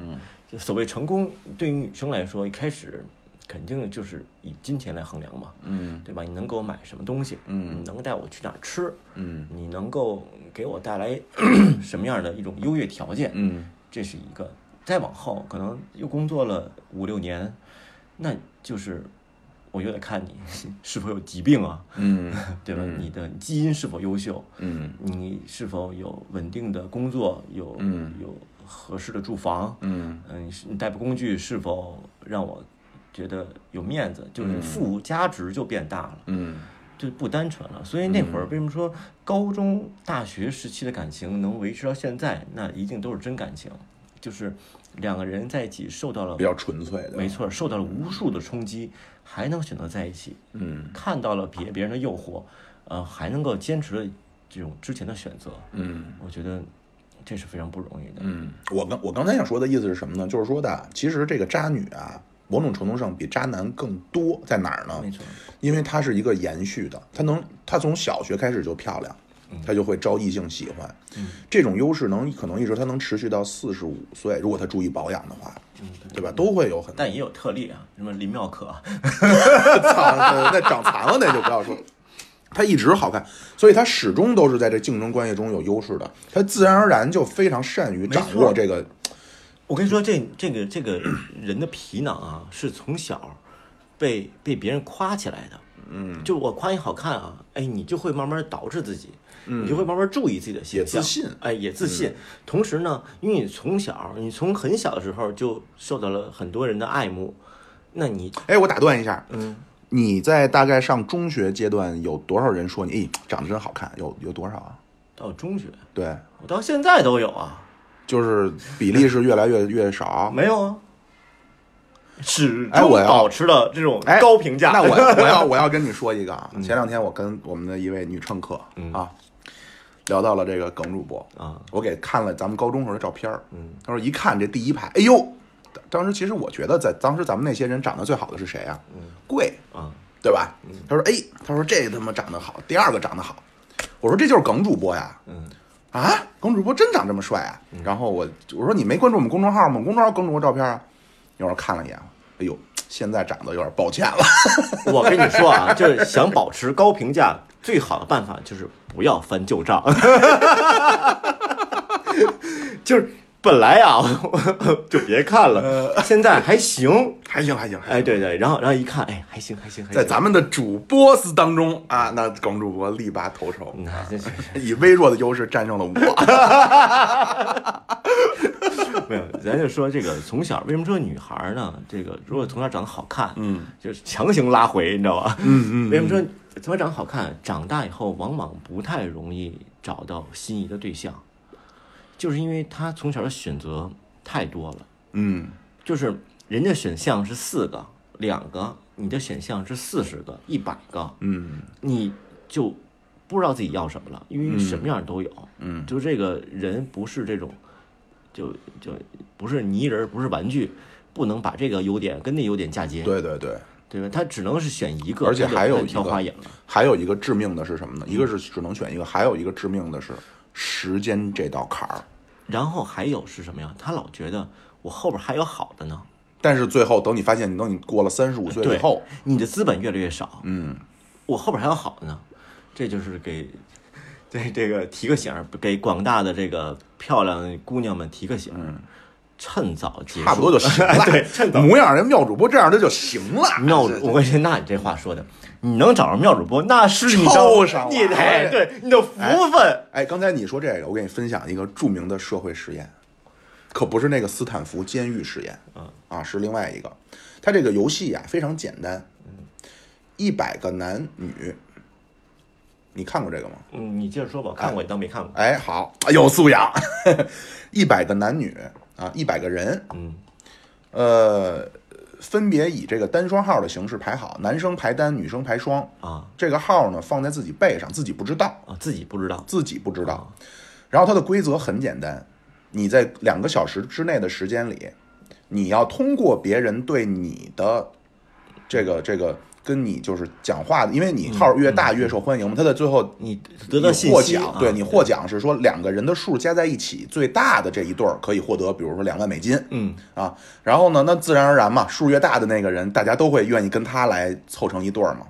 C: 就所谓成功，对于女生来说，一开始肯定就是以金钱来衡量嘛，对吧？你能给我买什么东西，你能带我去哪儿吃，你能够给我带来什么样的一种优越条件，这是一个。再往后，可能又工作了5-6年，那就是我又得看你是否有疾病啊，对吧？你的基因是否优秀，你是否有稳定的工作，有合适的住房，你代步工具是否让我觉得有面子，就是附加值就变大了，就不单纯了。所以那会儿为什么说高中、大学时期的感情能维持到现在，那一定都是真感情，就是两个人在一起受到了
B: 比较纯粹的，
C: 没错，受到了无数的冲击，还能选择在一起，看到了别人的诱惑，还能够坚持这种之前的选择，我觉得这是非常不容易的。
B: 我刚才想说的意思是什么呢？就是说的，其实这个渣女啊，某种程度上比渣男更多，在哪儿呢？
C: 没错，
B: 因为它是一个延续的，她从小学开始就漂亮，她就会招异性喜欢，这种优势可能一直她能持续到45岁，如果她注意保养的话，对吧？都会有很，
C: 但也有特例啊，什么林妙可，
B: 那长残了那就不要说。他一直好看，所以他始终都是在这竞争关系中有优势的，他自然而然就非常善于掌握这个。
C: 我跟你说，这个人的皮囊啊，是从小被别人夸起来的。就我夸你好看啊，哎，你就会慢慢捯饬自己，你就会慢慢注意自己的形象，
B: 也自信，
C: 哎，也自信。同时呢，因为你从很小的时候就受到了很多人的爱慕，那你，
B: 哎，我打断一下，你在大概上中学阶段有多少人说你长得真好看？有多少啊？
C: 到中学，
B: 对，
C: 我到现在都有啊，
B: 就是比例是越来越少。
C: 没有啊，始终保持了这种高评价。
B: 那我要跟你说一个啊，前2天我跟我们的一位女乘客聊到了这个耿主播啊，我给看了咱们高中时候的照片，他说一看这第一排，哎呦。当时其实我觉得当时咱们那些人长得最好的是谁啊？贵啊，对吧？他说这他妈长得好，第二个长得好。我说这就是耿主播呀。耿主播真长这么帅啊？然后我说你没关注我们公众号吗？公众号耿主播照片啊。一会儿看了一眼，哎呦，现在长得有点抱歉了。
C: 我跟你说啊，就是想保持高评价，最好的办法就是不要翻旧账。就是本来啊，就别看了，现在还行。哎，对，然后一看，哎，还行。
B: 在咱们的主播丝当中啊，那耿主播力拔头筹，以微弱的优势战胜了我。
C: 没有，咱就说这个从小为什么说女孩呢？这个如果从小长得好看，就是强行拉回，你知道吧？为什么说从小长得好看，长大以后往往不太容易找到心仪的对象？就是因为他从小的选择太多了，就是人家选项是4个、2个，你的选项是40个、100个，你就不知道自己要什么了，因为什么样都有，就这个人不是这种，就不是泥人，不是玩具，不能把这个优点跟那优点嫁接，
B: 对
C: 吧？他只能是选一个，
B: 而且还有
C: 挑花眼了。
B: 还有一个致命的是什么呢？一个是只能选一个，还有一个致命的是时间这道坎儿。
C: 然后还有是什么呀？他老觉得我后边还有好的呢，
B: 但是最后等你发现，你过了35岁以后，
C: 你的资本越来越少。我后边还有好的呢，这就是给这个提个醒，给广大的这个漂亮姑娘们提个醒，趁早结束，
B: 差不多就行了。
C: 对，趁早
B: 模样人妙主播这样的就行了。
C: 我跟你说，那你这话说的，你能找着妙主播，那是你
B: 凑上了，
C: 对你的福分。
B: 哎，刚才你说这个，我给你分享一个著名的社会实验，可不是那个斯坦福监狱实验，是另外一个。它这个游戏啊非常简单，100个男女。你看过这个吗？
C: 你接着说吧，看过你当没看过。
B: 哎，好，有素养。100个男女啊，100个人，分别以这个单双号的形式排好，男生排单，女生排双啊。这个号呢放在自己背上，自己不知道啊，
C: 自己不知道。
B: 然后它的规则很简单，你在2个小时之内的时间里，你要通过别人对你的这个跟你就是讲话的，因为你号越大越受欢迎嘛，他的最后
C: 你得到信息
B: 获奖，对你获奖是说2个人的数加在一起最大的这一对儿可以获得，比如说2万美金，然后呢，那自然而然嘛，数越大的那个人，大家都会愿意跟他来凑成一对儿嘛。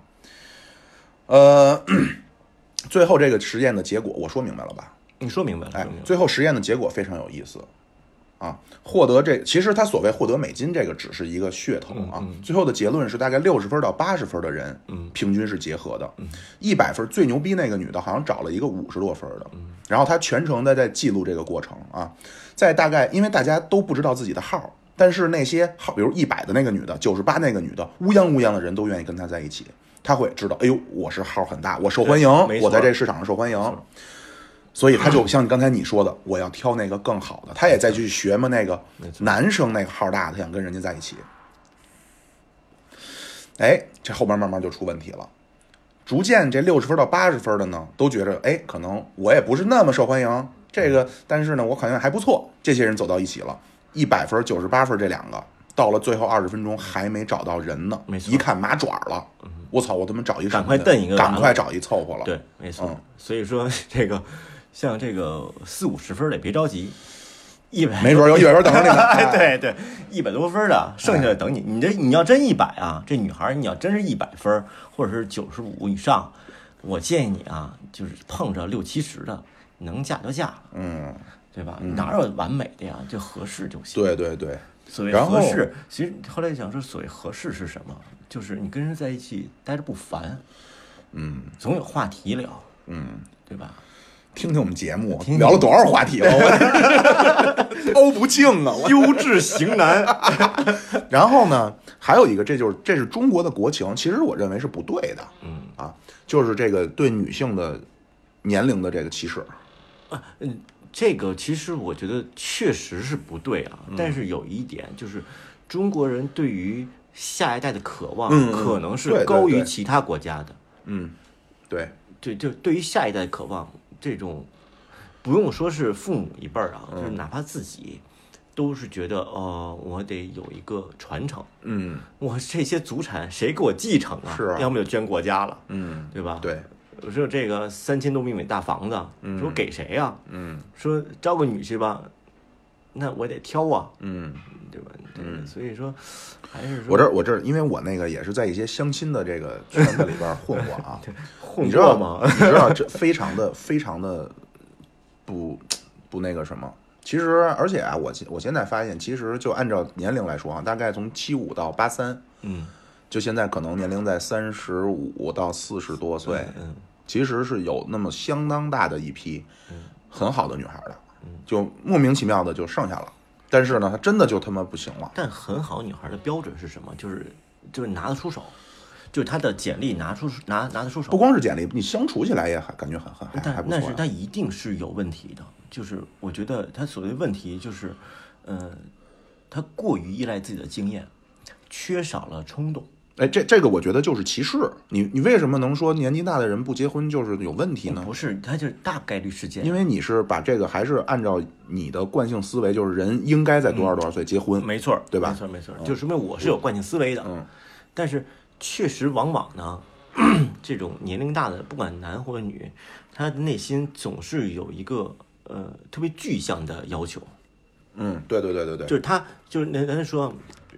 B: 最后这个实验的结果我说明白了吧？
C: 你说明白了，
B: 最后实验的结果非常有意思。获得其实他所谓获得美金这个只是一个噱头啊。最后的结论是大概60分到80分的人，平均是结合的。100分最牛逼那个女的好像找了一个50多分的，然后她全程的在记录这个过程啊。在大概因为大家都不知道自己的号，但是那些号，比如100的那个女的，98那个女的，乌泱的人都愿意跟她在一起，她会知道，哎呦，我是号很大，我受欢迎，我在这市场上受欢迎。所以他就像刚才你说的，我要挑那个更好的，他也在去学嘛，那个男生那个号大，他想跟人家在一起。这后边慢慢就出问题了，逐渐这60分到80分的呢，都觉得可能我也不是那么受欢迎，这个但是呢我好像还不错，这些人走到一起了，100分98分这2个，到了最后20分钟还没找到人呢，一看马爪了，我操，我他妈找一
C: 赶快蹬一个，
B: 赶快找一凑合了。
C: 对，没错。所以说这个像这个40-50分的别着急，100
B: 没准有100分等着你呢。
C: 对对，100多分的，剩下的等你。你要真100啊，这女孩你要真是100分，或者是95以上，我建议你啊，就是碰着60-70的，能嫁就嫁了，对吧？哪有完美的呀？就合适就行。
B: 对对对。
C: 所谓合适，其实后来讲说，所谓合适是什么？就是你跟人在一起待着不烦，总有话题聊，对吧？
B: 听我们节目聊了多少话题了，我都不净啊，
C: 优质型男。
B: 然后呢，还有一个，这是中国的国情，其实我认为是不对的，就是这个对女性的年龄的这个歧视，
C: 这个其实我觉得确实是不对啊，但是有一点就是中国人对于下一代的渴望，可能是高于其他国家的，
B: 对，
C: 就对于下一代渴望。这种不用说是父母一辈儿啊，就是哪怕自己都是觉得我得有一个传承，我这些祖产谁给我继承啊？
B: 是啊，
C: 要么就捐国家了，对吧？
B: 对，
C: 我说这个3000多平米大房子，说给谁呀？说招个女婿吧，那我得挑啊，对吧？所以说还是说
B: 我这，因为我那个也是在一些相亲的这个圈子里边混过啊。
C: 混过吗？
B: 你知道这非常的不那个什么。其实，而且啊，我现在发现，其实就按照年龄来说啊，大概从75到83，就现在可能年龄在35到40多岁，其实是有那么相当大的一批很好的女孩的，就莫名其妙的就剩下了。但是呢，她真的就他妈不行了。
C: 但很好女孩的标准是什么？就是拿得出手。就是他的简历拿得出手，
B: 不光是简历，你相处起来也感觉还不错。
C: 但是他一定是有问题的，就是我觉得他所谓问题就是，他过于依赖自己的经验，缺少了冲动。
B: 这个我觉得就是歧视。你为什么能说年纪大的人不结婚就是有问题呢？
C: 不是，他就是大概率事件。
B: 因为你是把这个还是按照你的惯性思维，就是人应该在多少岁结婚，
C: 没错，
B: 对吧？
C: 没错，就说明我是有惯性思维的。但是确实往往呢，这种年龄大的，不管男或女，他的内心总是有一个特别具象的要求。
B: 对，
C: 就是他就是人说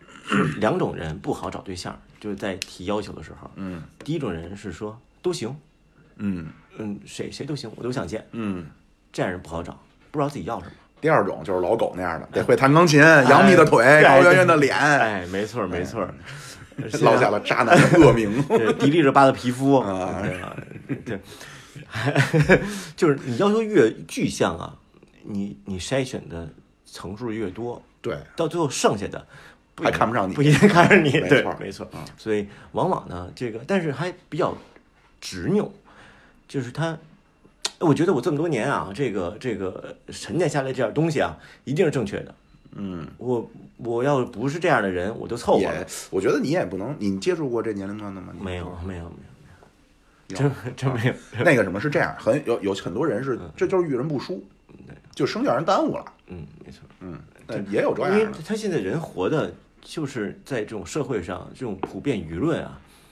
C: 2种人不好找对象，就是在提要求的时候，第一种人是说都行，谁都行，我都想见，这样人不好找，不知道自己要什么。
B: 第二种就是老狗那样的，得会弹钢琴，杨幂的腿，高圆圆的脸，
C: 没错。
B: 落下了渣男的恶名，
C: 迪丽热巴的皮肤对，就是你要求越具象啊，你筛选的层数越多，
B: 对，
C: 到最后剩下的
B: 还看不上你，
C: 不一定看上你，对，没错。所以往往呢，这个但是还比较执拗，就是他，我觉得我这么多年啊，这个沉淀下来这点东西啊，一定是正确的。我要不是这样的人，我就凑合了。
B: 我觉得你也不能，你接触过这年龄段的吗？
C: 没有，真没有。
B: 那个什么是这样，有很多人是，这就是遇人不淑，就生叫人耽误了。
C: 没错。
B: 但也有这样的，
C: 因为他现在人活的就是在这种社会上，这种普遍舆论啊，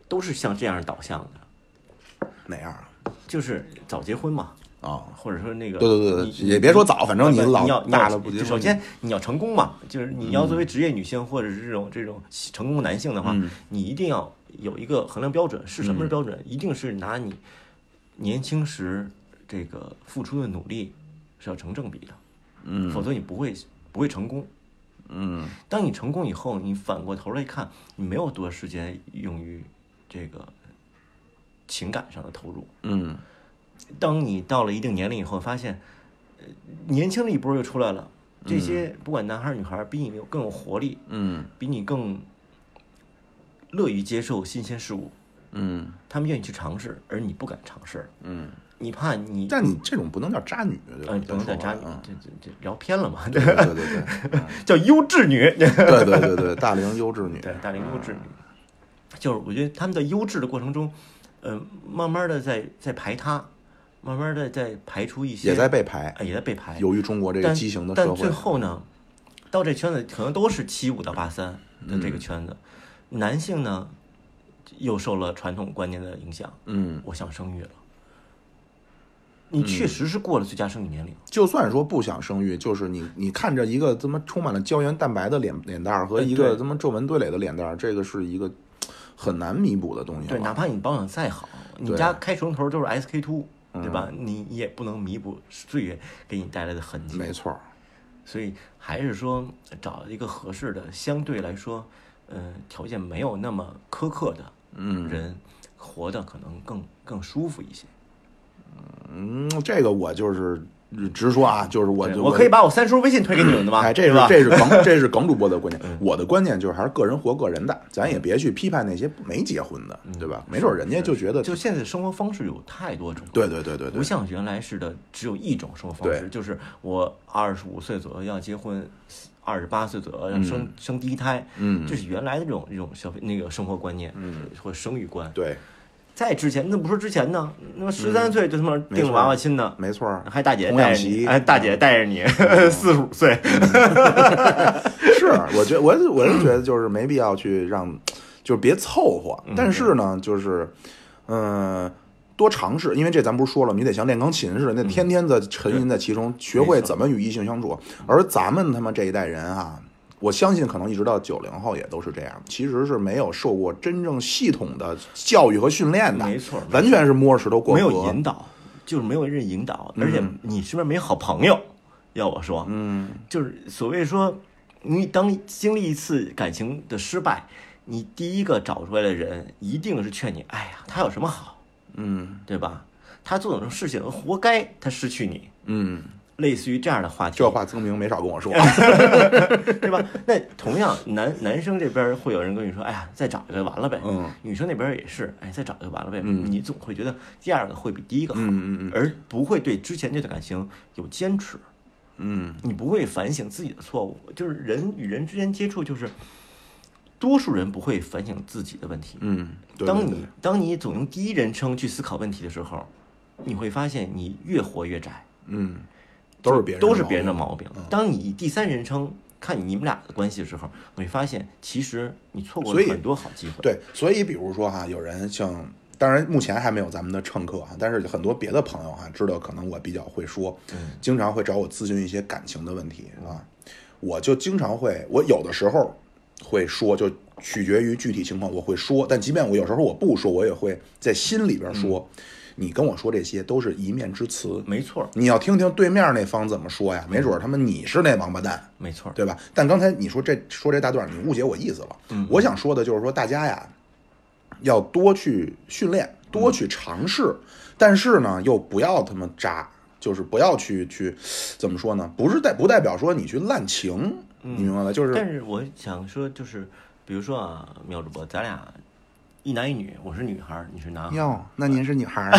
C: 都是像这样导向的。
B: 哪样啊？
C: 就是早结婚嘛。或者说那个，
B: 对，也别说早，反正你老大了不结婚。
C: 首先你要成功嘛，就是你要作为职业女性或者是这种成功男性的话，你一定要有一个衡量标准。是什么是标准？一定是拿你年轻时这个付出的努力是要成正比的，否则你不会成功。当你成功以后，你反过头来看，你没有多少时间用于这个情感上的投入。当你到了一定年龄以后，发现，年轻的一波又出来了，这些不管男孩女孩，比你更有活力，比你更乐于接受新鲜事物，他们愿意去尝试，而你不敢尝试，你怕你，
B: 但你这种不能叫渣女，对吧？
C: 不能叫渣女，这聊偏了嘛，
B: 对，
C: 叫优质女，
B: 对，大龄优质女，
C: 对，大龄优质女，就是我觉得他们在优质的过程中，慢慢的在排他。慢慢的在排除一些，
B: 也在被排，
C: 也在被排。
B: 由于中国这个畸形的社会，
C: 但最后呢，到这圈子可能都是75到83的这个圈子，男性呢又受了传统观念的影响，我想生育了。你确实是过了最佳生育年龄，
B: 就算说不想生育，就是你看着一个这么充满了胶原蛋白的脸蛋和一个这么皱纹堆垒的脸蛋，这个是一个很难弥补的东西。
C: 对，哪怕你保养再好，你家开水龙头都是 SK2。对吧？你也不能弥补岁月给你带来的痕迹。
B: 没错，
C: 所以还是说找一个合适的，相对来说，条件没有那么苛刻的人，活得可能更舒服一些。
B: 这个我就是直说啊，就是
C: 我可以把我三叔微信推给你们的吗？
B: 这是耿主播的观点。我的观念就是还是个人活个人的，咱也别去批判那些没结婚的，对吧？没准人家就觉得，
C: 就现在生活方式有太多种，
B: 对，
C: 不像原来似的只有一种生活方式，就是我25岁左右要结婚，28岁左右要生第一胎，这是原来的这种消费那个生活观念，或者生育观，
B: 对。
C: 在之前，那不说之前呢，那么13岁就他妈定了娃娃亲呢，
B: 没错，
C: 还大姐带着你，大姐带着你45岁，
B: 是，我是觉得就是没必要去让，就是别凑合，但是呢，就是多尝试，因为这咱不是说了，你得像练钢琴似的，那天天的沉吟在其中，学会怎么与异性相处，而咱们他妈这一代人啊。我相信可能一直到90后也都是这样，其实是没有受过真正系统的教育和训练的，
C: 没错，
B: 完全是摸着石头过河，
C: 没有引导，就是没有人引导，而且你身边没有好朋友。要我说，就是所谓说，你当经历一次感情的失败，你第一个找出来的人一定是劝你，哎呀，他有什么好，对吧？他做这种事情活该，他失去你，类似于这样的话题，
B: 这话曾明没少跟我说，
C: 对吧？那同样，男生这边会有人跟你说：“哎呀，再找一个完了呗。”女生那边也是，哎，再找一个完了呗。你总会觉得第二个会比第一个好，而不会对之前这段感情有坚持。你不会反省自己的错误。就是人与人之间接触，就是多数人不会反省自己的问题。
B: 对，
C: 当你总用第一人称去思考问题的时候，你会发现你越活越窄。都是别人的毛病。当你以第三人称看你们俩的关系的时候，你会发现其实你错过了很多好机会。
B: 对，所以比如说哈，有人像，当然目前还没有咱们的乘客哈，但是很多别的朋友哈，知道可能我比较会说，经常会找我咨询一些感情的问题啊，我就经常会，我有的时候会说，就取决于具体情况，我会说，但即便我有时候我不说，我也会在心里边说。你跟我说这些都是一面之词，
C: 没错。
B: 你要听听对面那方怎么说呀？没准他们你是那王八蛋，
C: 没错，
B: 对吧？但刚才你说这大段，你误解我意思了。我想说的就是说，大家呀，要多去训练，多去尝试，但是呢，又不要他妈渣，就是不要去怎么说呢？不代表说你去滥情，你明白吗？就是。
C: 但是我想说，就是比如说啊，苗主播，咱俩。一男一女，我是女孩，你是男孩。
B: 哟，那您是女孩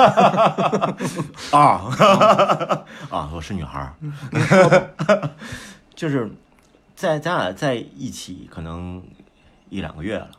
C: 我是女孩。就是咱俩在一起可能1-2个月了。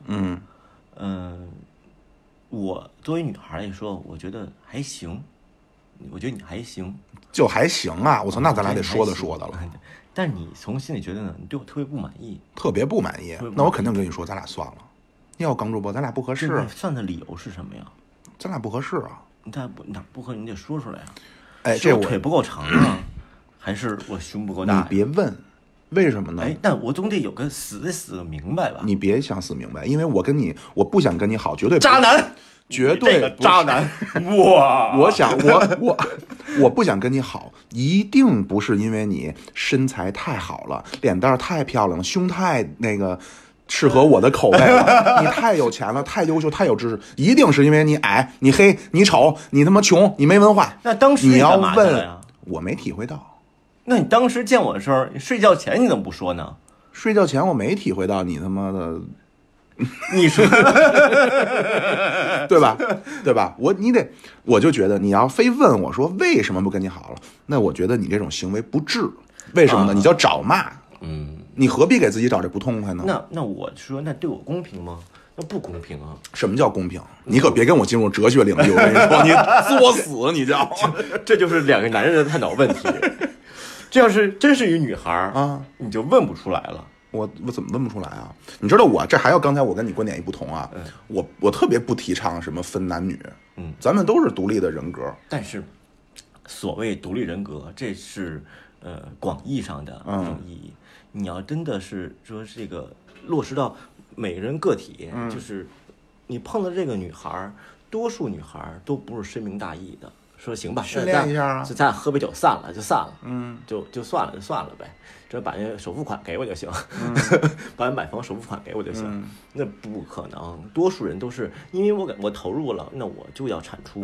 C: 我作为女孩来说，我觉得还行。我觉得你还行，
B: 就还行啊！我操，那咱俩得说的了。
C: 但是你从心里觉得呢？你对我特别不满意，
B: 特别不满意，那我肯定跟你说，咱俩算了。 要刚主播，咱俩不合适。
C: 算的理由是什么呀？
B: 咱俩不合适啊。
C: 哪不合，你得说出来啊。
B: 哎，
C: 是我腿不够长啊，还是我胸不够大？
B: 你别问，为什么呢？
C: 哎，但我总得有个死个明白吧？
B: 你别想死明白，因为我不想跟你好，绝对
C: 渣男，
B: 绝对
C: 这个渣男。哇！
B: 我不想跟你好，一定不是因为你身材太好了，脸蛋太漂亮了，胸太那个适合我的口味了，你太有钱了，太优秀，太有知识，一定是因为你矮，你黑，你丑，你他妈穷，你没文化。
C: 那当时
B: 你要
C: 干嘛去了
B: 问
C: 呀？
B: 我没体会到。
C: 那你当时见我的时候，你睡觉前你怎么不说呢？
B: 睡觉前我没体会到你他妈的，
C: 你说
B: 对吧？对吧？我就觉得你要非问我说为什么不跟你好了，那我觉得你这种行为不智。为什么呢？你叫找骂。你何必给自己找这不痛快呢？
C: 那我说，那对我公平吗？那不公平啊！
B: 什么叫公平？你可别跟我进入哲学领域，我跟你说，你作死，你知道吗？
C: 这就是两个男人的探讨问题。这要是真是一女孩
B: 啊，
C: 你就问不出来了。
B: 我怎么问不出来啊？你知道这还有刚才我跟你观点一不同啊。我特别不提倡什么分男女。咱们都是独立的人格。
C: 但是所谓独立人格，这是广义上的一种意义。你要真的是说这个落实到每个人个体，就是你碰到这个女孩，多数女孩都不是深明大义的。说行吧，
B: 训练一下啊，
C: 咱喝杯酒散了就散了，就算了呗，只要把那首付款给我就行，把买房首付款给我就行。那不可能，多数人都是因为我投入了，那我就要产出。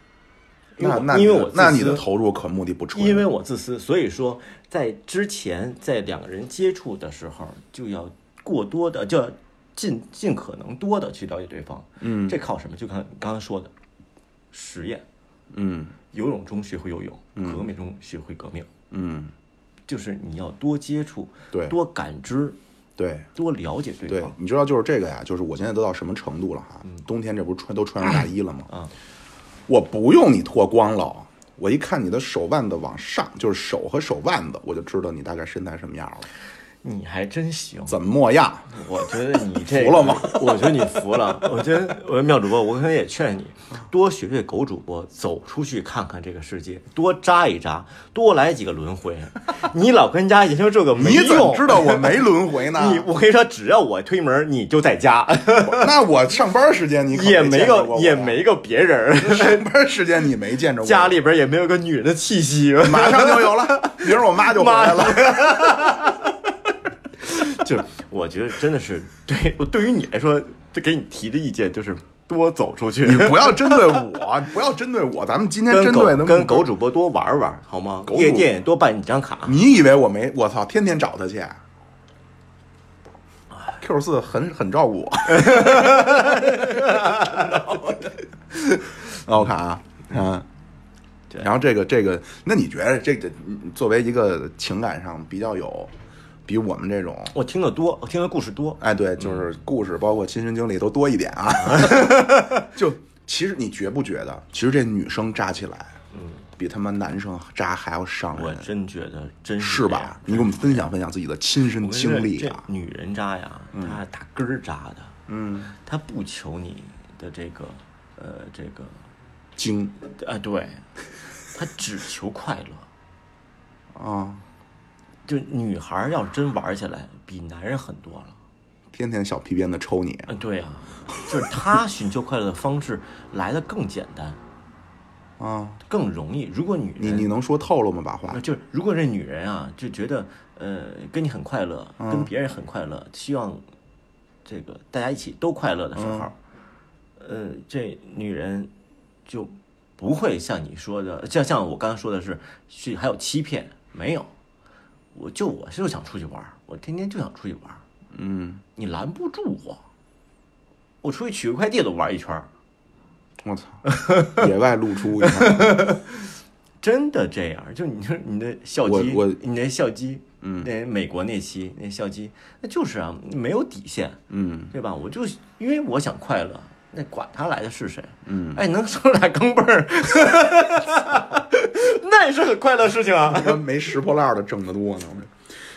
B: 那你的投入可目的不纯，
C: 因为我自私，所以说在之前在两个人接触的时候，就要过多的，就要尽可能多的去了解对方。这靠什么？就看刚刚说的实验。游泳中学会游泳，革命中学会革命。就是你要多接触，
B: 对，
C: 多感知，
B: 对，
C: 多了解对方。
B: 对，你知道就是这个呀，就是我现在都到什么程度了哈？冬天这不是都穿上大衣了吗？我不用你脱光了，我一看你的手腕子往上，就是手和手腕子，我就知道你大概身材什么样了。
C: 你还真行，
B: 怎么样？
C: 我觉得你这
B: 服了吗？
C: 我觉得你服了。我觉得妙主播，我可能也劝你多学学狗主播，走出去看看这个世界，多扎一扎，多来几个轮回。你老跟家研究这个没用。
B: 你怎么知道我没轮回呢？
C: 我跟你说，只要我推门，你就在家。
B: 那我上班时间你可
C: 也没个别人。
B: 上班时间你没见着我，
C: 家里边也没有个女人的气息，
B: 马上就有了。明儿我妈就回来了。
C: 就我觉得真的是对于你来说，就给你提的意见就是多走出去。
B: 你不要针对我，不要针对我，咱们今天针对
C: 跟狗主播多玩玩好吗？夜店多办几张卡。
B: 你以为我操，天天找他去？Q4 很照顾我。我看啊，然后这个，那你觉得这个作为一个情感上比我们这种，
C: 我听的故事多。
B: 哎，对，就是故事，包括亲身经历都多一点啊。就其实你觉不觉得，其实这女生扎起来，比他妈男生扎还要伤人。
C: 我真觉得真
B: 是吧？你给我们分享分享自己的亲身经历啊。
C: 女人扎呀，她打根儿扎的，她不求你的这个
B: 精
C: 对，她只求快乐
B: 啊。
C: 就女孩要真玩起来，比男人很多了。
B: 天天小皮鞭子抽你。
C: 对啊，就是她寻求快乐的方式来得更简单
B: 啊，
C: 更容易。如果女人，
B: 你能说透了吗？把话
C: 就是，如果这女人啊，就觉得跟你很快乐，跟别人很快乐，希望这个大家一起都快乐的时候，这女人就不会像你说的，像我刚才说的是还有欺骗，没有。我就想出去玩，我天天就想出去玩。你拦不住我出去取个快递都玩一圈。
B: 我操，野外露出一下。
C: 真的这样？就你说你的校机，你那校机，那美国那期那校机，那就是啊，没有底线，对吧？我就因为我想快乐，那管他来的是谁？哎，能生俩钢镚儿，那也是很快乐的事情啊。
B: 没拾破烂的挣得多呢。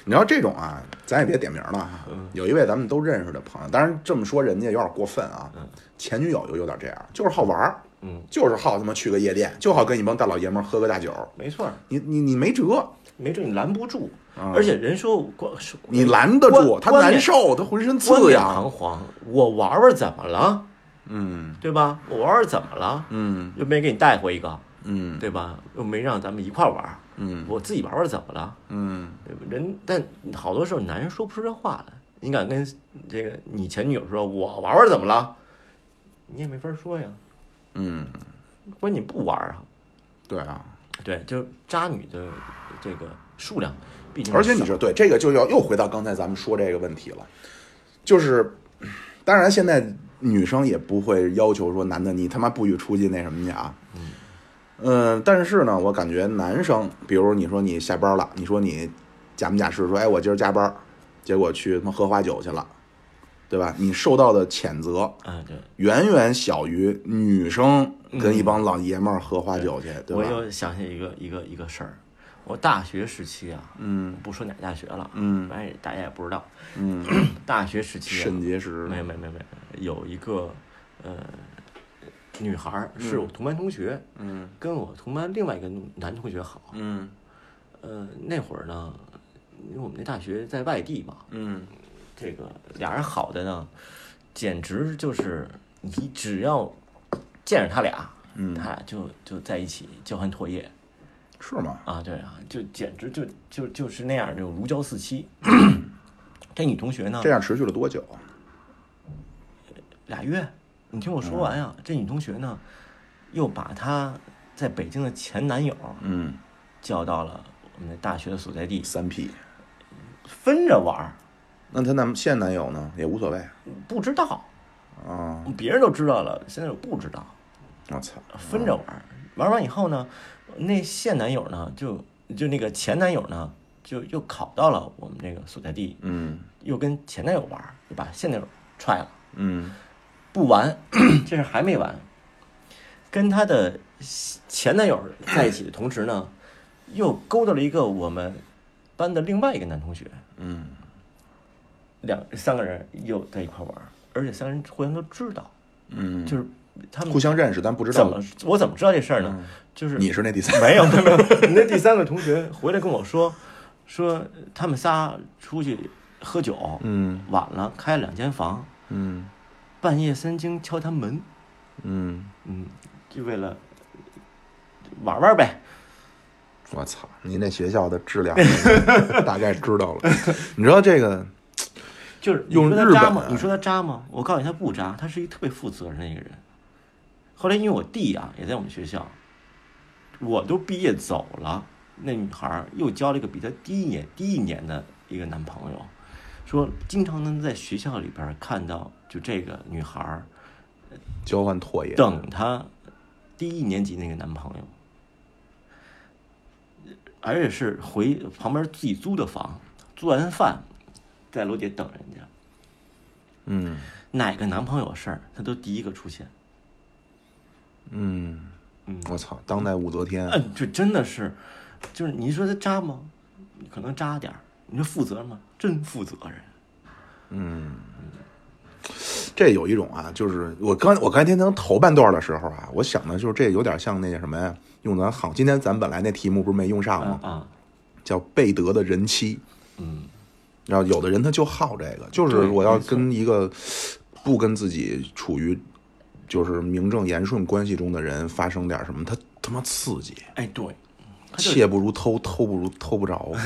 B: 你知道这种啊，咱也别点名了哈。有一位咱们都认识的朋友，当然这么说人家有点过分啊。前女友就有点这样，就是好玩儿，就是好他妈去个夜店，就好跟一帮大老爷们喝个大酒。
C: 没错，
B: 你没辙，
C: 你拦不住。而且人说
B: 你拦得住，他难受，他浑身刺痒。
C: 彷徨，我玩玩怎么了？对吧？我玩玩怎么了？又没给你带回一个，对吧？又没让咱们一块玩，我自己玩玩怎么了？对吧？但好多时候男人说不出这话来。你敢跟这个你前女友说我玩玩怎么了？你也没法说呀。关键你不玩啊。
B: 对啊，
C: 对，就渣女的这个数量，毕竟
B: 而且你说对这个就要又回到刚才咱们说这个问题了，就是当然现在女生也不会要求说男的你他妈不许出去那什么去啊。但是呢，我感觉男生，比如你说你下班了，你说你假模假式说，哎，我今儿加班，结果去他妈喝花酒去了，对吧？你受到的谴责，
C: 对，
B: 远远小于女生跟一帮老爷们儿喝花酒去，对吧？
C: 我又想起一个事儿，我大学时期啊，不说哪大学了，反正大家也不知道，大学时期
B: 肾结石，
C: 没，有一个女孩是我同班同学，跟我同班另外一个男同学好，那会儿呢，因为我们那大学在外地嘛，这个俩人好的呢，简直就是你只要见着他俩，他俩就在一起交换唾液，
B: 是吗？
C: 啊，对啊，就简直就是那样，就如胶似漆。这女同学呢，
B: 这样持续了多久
C: ？2月。你听我说完呀，这女同学呢，又把她在北京的前男友，叫到了我们大学的所在地
B: ，3P，
C: 分着玩。那
B: 她现男友呢，也无所谓，
C: 不知道啊，别人都知道了，现在我不知道。
B: 我操，
C: 分着玩，玩完以后呢，那现男友呢，就那个前男友呢，就又考到了我们这个所在地，又跟前男友玩，就把现男友踹了，不完，这事还没完，跟他的前男友在一起的同时呢，又勾搭了一个我们班的另外一个男同学，3个人又在一块玩，而且3个人互相都知道，就是他们
B: 互相认识，但不知道
C: 我怎么知道这事儿呢？就是
B: 你是那第3，
C: 没有，那第3个同学回来跟我说他们仨出去喝酒，晚了开了2间房，半夜3更敲他门，就为了玩玩呗。
B: 我操，你那学校的质量大概知道了。你知道这个
C: 就是
B: 用日本，
C: 你说他渣吗？我告诉你，他不渣，他是一个特别负责任的一个人。后来因为我弟啊也在我们学校，我都毕业走了，那女孩又交了一个比她低一年的一个男朋友，说经常能在学校里边看到就这个女孩
B: 交换唾液，
C: 等她低1年级那个男朋友，而且是回旁边自己租的房，做完饭在楼底等人家。哪个男朋友事儿，他都第一个出现。
B: 我操，当代武则天。
C: 这真的是，就是你说他渣吗？可能渣点儿。你说负责吗？真负责任。
B: 这有一种啊，就是我刚才听头半段的时候啊，我想的就是这有点像那个什么呀，用咱好，今天咱本来那题目不是没用上吗？叫贝德的人妻。然后有的人他就好这个，就是我要跟一个不跟自己处于就是名正言顺关系中的人发生点什么，他妈刺激。
C: 对，
B: 切不如偷，偷不如偷不着。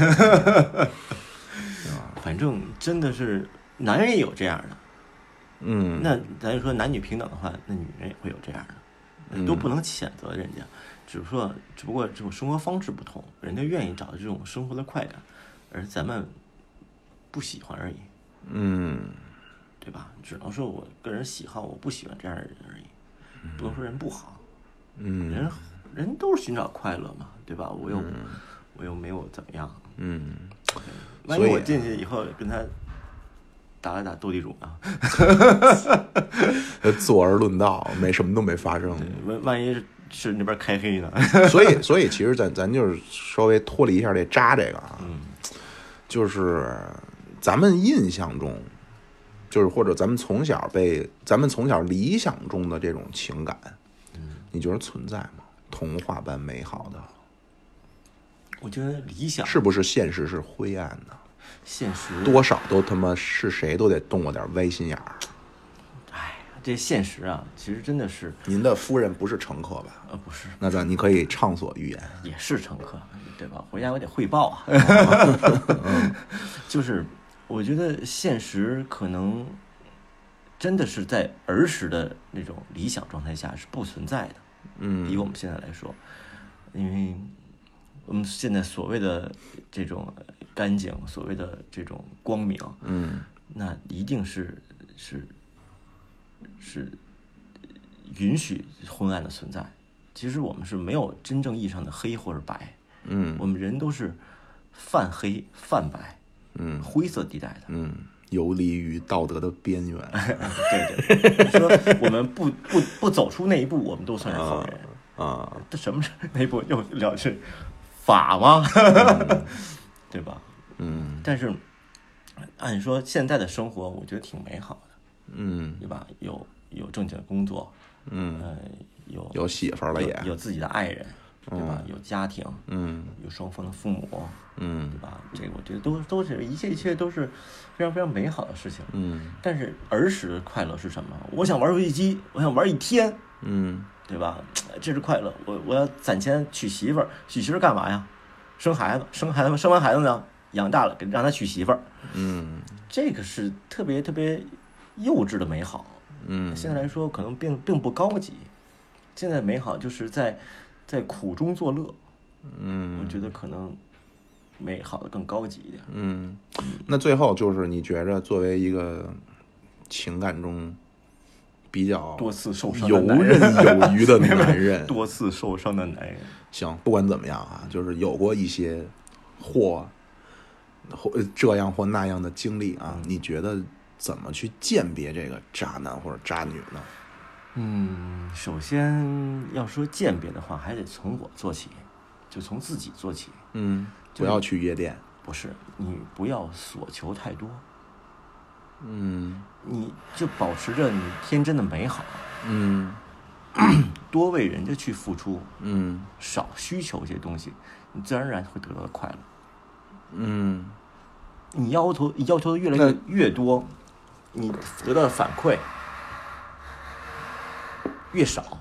C: 反正真的是男人也有这样的。那咱说男女平等的话，那女人也会有这样的，都不能谴责人家，只不过这种生活方式不同，人家愿意找这种生活的快感，而咱们不喜欢而已。对吧？只能说我个人喜好，我不喜欢这样的人而已，不能说人不好。人都是寻找快乐嘛，对吧？我又没有怎么样。万一我进去以后跟他打了打斗地主啊，
B: 坐而论道，什么都没发生。
C: 万一是那边开黑呢？
B: 所以其实咱就是稍微脱离一下这渣这个啊， 就是咱们印象中，就是或者咱们从小理想中的这种情感，你觉得存在吗？童话般美好的，
C: 我觉得理想
B: 是不是现实是灰暗的？
C: 现实
B: 多少都他妈是谁都得动我点歪心眼儿。
C: 哎，这现实啊，其实真的是
B: 您的夫人不是乘客吧？
C: 不是，
B: 那你可以畅所欲言。
C: 也是乘客，对吧？回家我得汇报啊。就是我觉得现实可能真的是在儿时的那种理想状态下是不存在的。以我们现在来说，因为我们现在所谓的这种干净，所谓的这种光明，那一定是允许昏暗的存在。其实我们是没有真正意义上的黑或者白，我们人都是泛黑泛白，灰色地带的，
B: 游离于道德的边缘。
C: 对，你说我们不走出那一步，我们都算是好人
B: 啊。
C: 这什么是那一步？又了是法吗？对吧？但是按说现在的生活，我觉得挺美好的，对吧？有正经的工作，有媳妇了也，有自己的爱人，对吧？有家庭，有双方的父母，对吧？这个我觉得都是一切都是非常非常美好的事情，但是儿时的快乐是什么？我想玩游戏机，我想玩一天，对吧？这是快乐。我要攒钱娶媳妇儿，娶媳妇儿干嘛呀？生孩子，生完孩子呢，养大了让他娶媳妇儿，这个是特别特别幼稚的美好，现在来说可能并不高级。现在美好就是在苦中作乐，我觉得可能美好的更高级一点。
B: 那最后就是你觉着作为一个情感中比较
C: 多次受伤
B: 游刃有余的男人，
C: 多次受伤的男人。
B: 行，不管怎么样啊，就是有过一些或这样或那样的经历啊，你觉得怎么去鉴别这个渣男或者渣女呢？
C: 首先要说鉴别的话，还得从我做起，就从自己做起。
B: 不要去夜店，
C: 不是，你不要所求太多。你就保持着你天真的美好，多为人家去付出，少需求一些东西，你自然而然会得到的快乐。你要求的越来越多，你得到的反馈越少。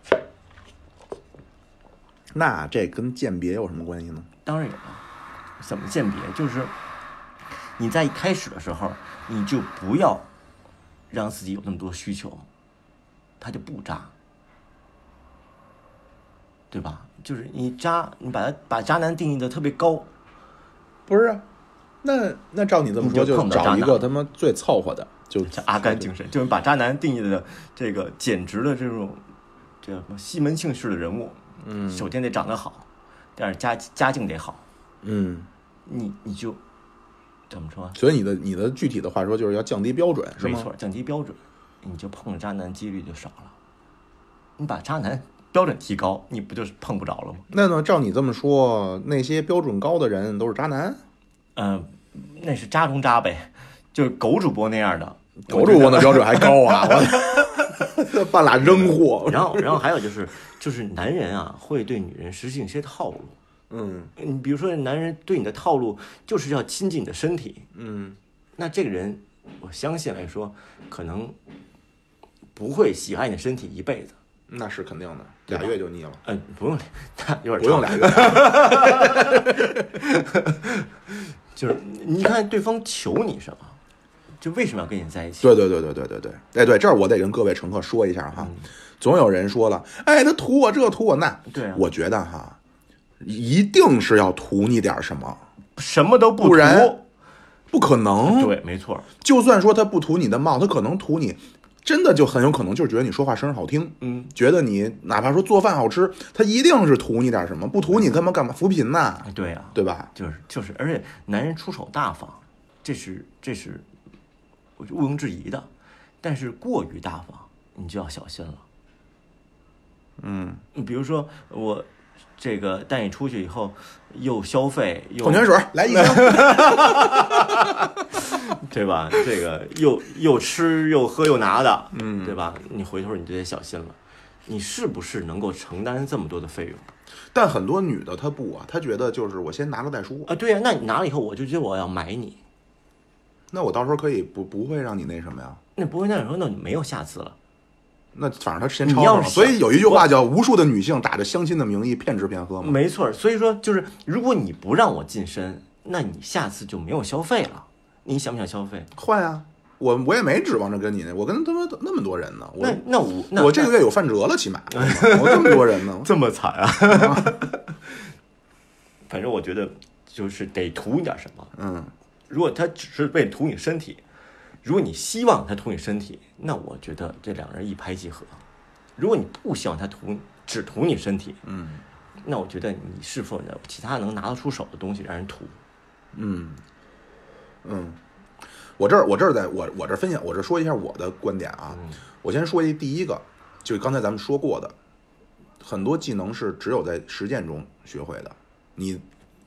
B: 那这跟鉴别有什么关系呢？
C: 当然有了。怎么鉴别？就是你在一开始的时候，你就不要让自己有那么多需求，他就不渣，对吧？就是你把渣男定义的特别高，
B: 不是啊？那照你这么说，就找一个他妈最凑合的，就
C: 阿甘精神，就是把渣男定义的这个简直的这种这什么西门庆式的人物。首先得长得好，第二家境得好。你就怎么说？
B: 所以你的具体的话说，就是要降低标准，是吗？
C: 没错，降低标准，你就碰渣男几率就少了。你把渣男标准提高，你不就是碰不着了吗？
B: 那呢，照你这么说，那些标准高的人都是渣男？
C: 那是渣中渣呗，就是狗主播那样的。
B: 狗主播的标准还高啊！我半拉扔货。
C: 然后还有就是男人啊，会对女人实行一些套路。你比如说，男人对你的套路就是要亲近你的身体。那这个人，我相信来说，可能不会喜爱你的身体一辈子。
B: 那是肯定的，2月就腻了。
C: 不用，有点
B: 不用2月。
C: 就是你看对方求你什么，就为什么要跟你在一起？
B: 对。对，这儿我得跟各位乘客说一下哈。总有人说了，他图我这图我那。
C: 对啊，
B: 我觉得哈，一定是要图你点什么，
C: 什么都不
B: 然不可能。
C: 对，没错。
B: 就算说他不图你的貌，他可能图你。真的就很有可能就是觉得你说话声好听，觉得你哪怕说做饭好吃，他一定是图你点什么，不图你他妈干嘛扶贫呐？
C: 对啊，
B: 对吧？
C: 就是，而且男人出手大方，这是我毋庸置疑的，但是过于大方，你就要小心了。你比如说这个带你出去以后又消费又
B: 矿泉水来1箱，
C: 对吧？这个又吃又喝又拿的，对吧？你回头你就得小心了，你是不是能够承担这么多的费用？
B: 但很多女的她不啊，她觉得就是我先拿了再说
C: 啊。对呀，那你拿了以后，我就觉得我要买你，
B: 那我到时候可以不会让你那什么呀？
C: 那不会那时候，那你没有下次了。
B: 那反正他先抄上了，所以有一句话叫“无数的女性打着相亲的名义骗吃骗喝”嘛。
C: 没错，所以说就是如果你不让我近身，那你下次就没有消费了。你想不想消费？
B: 换呀，我也没指望着跟你那，我跟他们那么多人呢。
C: 我
B: 这个月有范哲了，起码我这么多人呢，
C: 这么惨啊！反正我觉得就是得图你点什么。如果他只是为图你身体。如果你希望他图你身体，那我觉得这两人一拍即合。如果你不希望他只图你身体，那我觉得你是否有其他能拿得出手的东西让人图？
B: 我这儿分享，我这说一下我的观点啊。我先说第一个，就是刚才咱们说过的，很多技能是只有在实践中学会的。你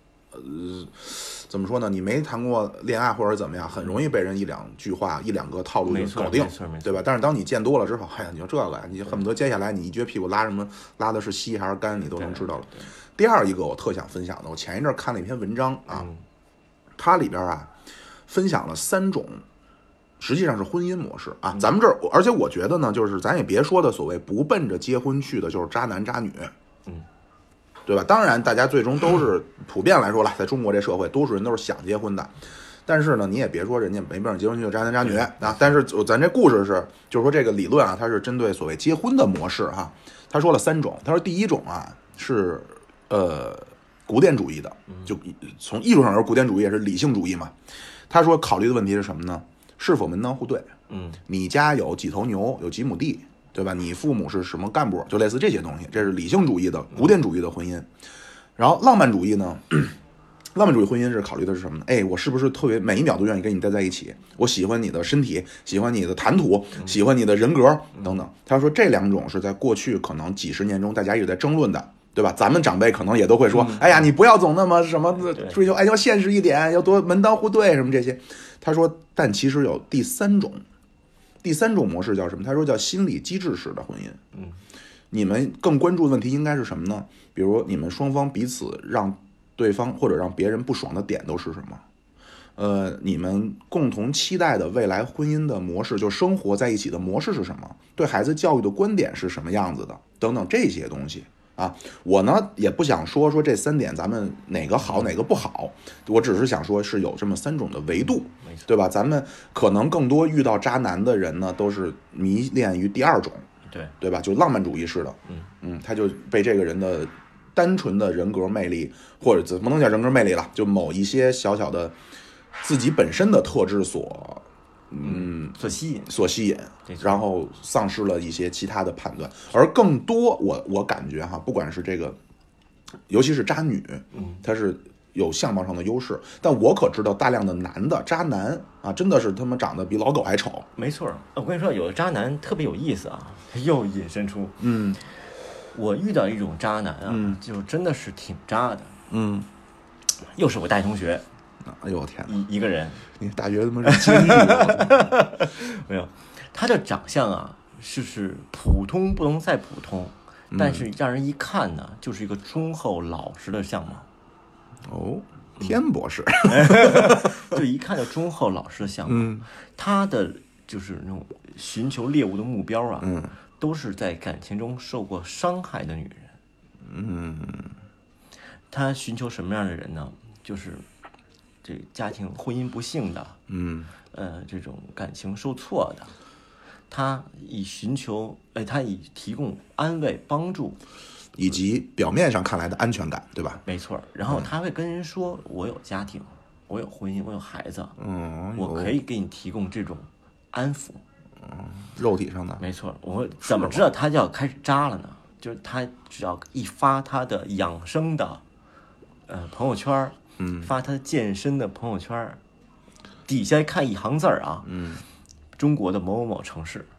B: 怎么说呢？你没谈过恋爱或者怎么样，很容易被人一两句话、一两个套路就搞定，对吧？但是当你见多了之后，哎呀，你说这个呀，你恨不得接下来你一撅屁股拉的是稀还是干，你都能知道了。第二一个我特想分享的，我前一阵看了一篇文章啊，它里边啊分享了3种，实际上是婚姻模式啊。咱们这儿，而且我觉得呢，就是咱也别说的所谓不奔着结婚去的，就是渣男渣女。对吧？当然，大家最终都是普遍来说了，在中国这社会，多数人都是想结婚的。但是呢，你也别说人家没奔着结婚去就渣男渣女啊。但是咱这故事是，就是说这个理论啊，它是针对所谓结婚的模式哈。他说了3种，他说第一种啊是古典主义的，就从艺术上说，古典主义也是理性主义嘛。他说考虑的问题是什么呢？是否门当户对？你家有几头牛，有几亩地？对吧？你父母是什么干部？就类似这些东西，这是理性主义的、古典主义的婚姻。然后浪漫主义呢？浪漫主义婚姻是考虑的是什么呢？哎，我是不是特别每一秒都愿意跟你待在一起？我喜欢你的身体，喜欢你的谈吐，喜欢你的人格等等。他说这2种是在过去可能几十年中大家一直在争论的，对吧？咱们长辈可能也都会说，哎呀，你不要总那么什么追求，哎，要现实一点，要多门当户对什么这些。他说，但其实有第3种。第3种模式叫什么？他说叫心理机制式的婚姻。你们更关注的问题应该是什么呢？比如你们双方彼此让对方或者让别人不爽的点都是什么？你们共同期待的未来婚姻的模式，就生活在一起的模式是什么？对孩子教育的观点是什么样子的？等等这些东西啊。我呢也不想说这3点咱们哪个好哪个不好，我只是想说是有这么3种的维度，对吧？咱们可能更多遇到渣男的人呢，都是迷恋于第2种，对吧？就浪漫主义式的，他就被这个人的单纯的人格魅力，或者怎么能叫人格魅力了？就某一些小小的自己本身的特质所吸引，然后丧失了一些其他的判断，而更多我感觉哈，不管是这个，尤其是渣女，她是有相貌上的优势，但我可知道大量的男的渣男啊，真的是他们长得比老狗还丑。
C: 没错，我跟你说，有的渣男特别有意思啊，又引申出，我遇到一种渣男啊，就真的是挺渣的，又是我大学同学。
B: 哎呦我天哪！
C: 一个人，
B: 你大学他妈是监狱
C: 没有，他的长相啊，是普通不能再普通，但是让人一看呢，就是一个忠厚老实的相貌。
B: 哦，天博士，
C: 就一看就忠厚老实的相貌。他的就是那种寻求猎物的目标啊，都是在感情中受过伤害的女人。他寻求什么样的人呢？就是这家庭婚姻不幸的，这种感情受挫的，他以提供安慰帮助，
B: 以及表面上看来的安全感，对吧？
C: 没错。然后他会跟人说：“我有家庭，我有婚姻，我有孩子，我可以给你提供这种安抚。”
B: 肉体上的。
C: 没错。我怎么知道他就要开始渣了呢？就是他只要一发他的养生的朋友圈，发他健身的朋友圈，底下看一行字啊，中国的某某某城市，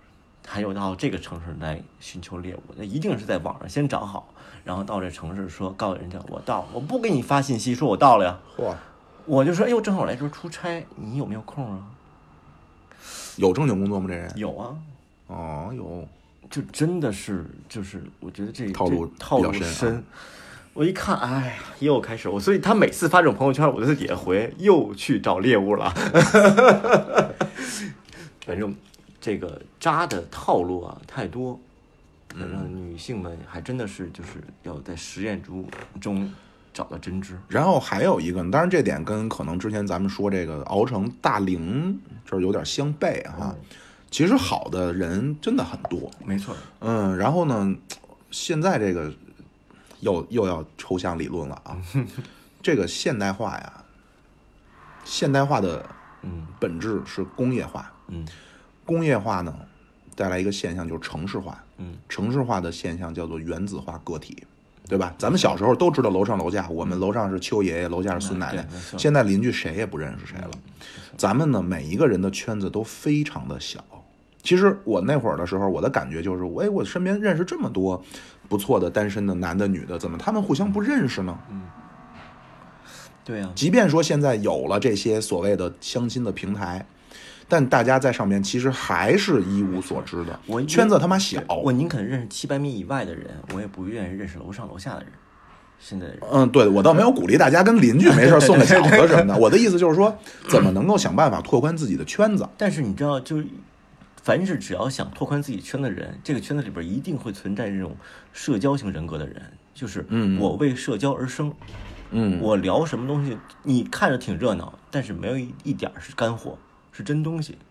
C: 还有到这个城市来寻求猎物，那一定是在网上先找好，然后到这城市说告诉人家我到，我不给你发信息说我到了呀，我就说哎呦正好来这出差，你有没有空啊？
B: 有正经工作吗？这人
C: 有啊。
B: 哦，有，
C: 就真的是就是我觉得这
B: 套路
C: 比较深。我一看，哎呀，又开始所以他每次发这种朋友圈，我就也回，又去找猎物了。反正这个渣的套路啊太多，让女性们还真的是就是要在实验中找到真知。
B: 然后还有一个，当然这点跟可能之前咱们说这个熬成大龄这有点相悖哈。其实好的人真的很多，
C: 没错。
B: 然后呢，现在这个又要抽象理论了啊。这个现代化的本质是工业化。工业化呢带来一个现象就是城市化。城市化的现象叫做原子化个体，对吧？咱们小时候都知道楼上楼下，我们楼上是邱爷爷，楼下是孙奶奶，现在邻居谁也不认识谁了。咱们呢，每一个人的圈子都非常的小。其实我那会儿的时候，我的感觉就是，我身边认识这么多不错的单身的男的女的，怎么他们互相不认识呢？
C: 对啊。
B: 即便说现在有了这些所谓的相亲的平台，但大家在上面其实还是一无所知的。圈子他妈小，
C: 我宁肯认识700米以外的人，我也不愿意认识楼上楼下的人。现在
B: 对，我倒没有鼓励大家跟邻居没事送个饺子什么的。我的意思就是说，怎么能够想办法拓宽自己的圈子？
C: 但是你知道，就是凡是只要想拓宽自己圈的人，这个圈子里边一定会存在这种社交型人格的人，就是我为社交而生。我聊什么东西，你看着挺热闹，但是没有一点是干货，是真东西。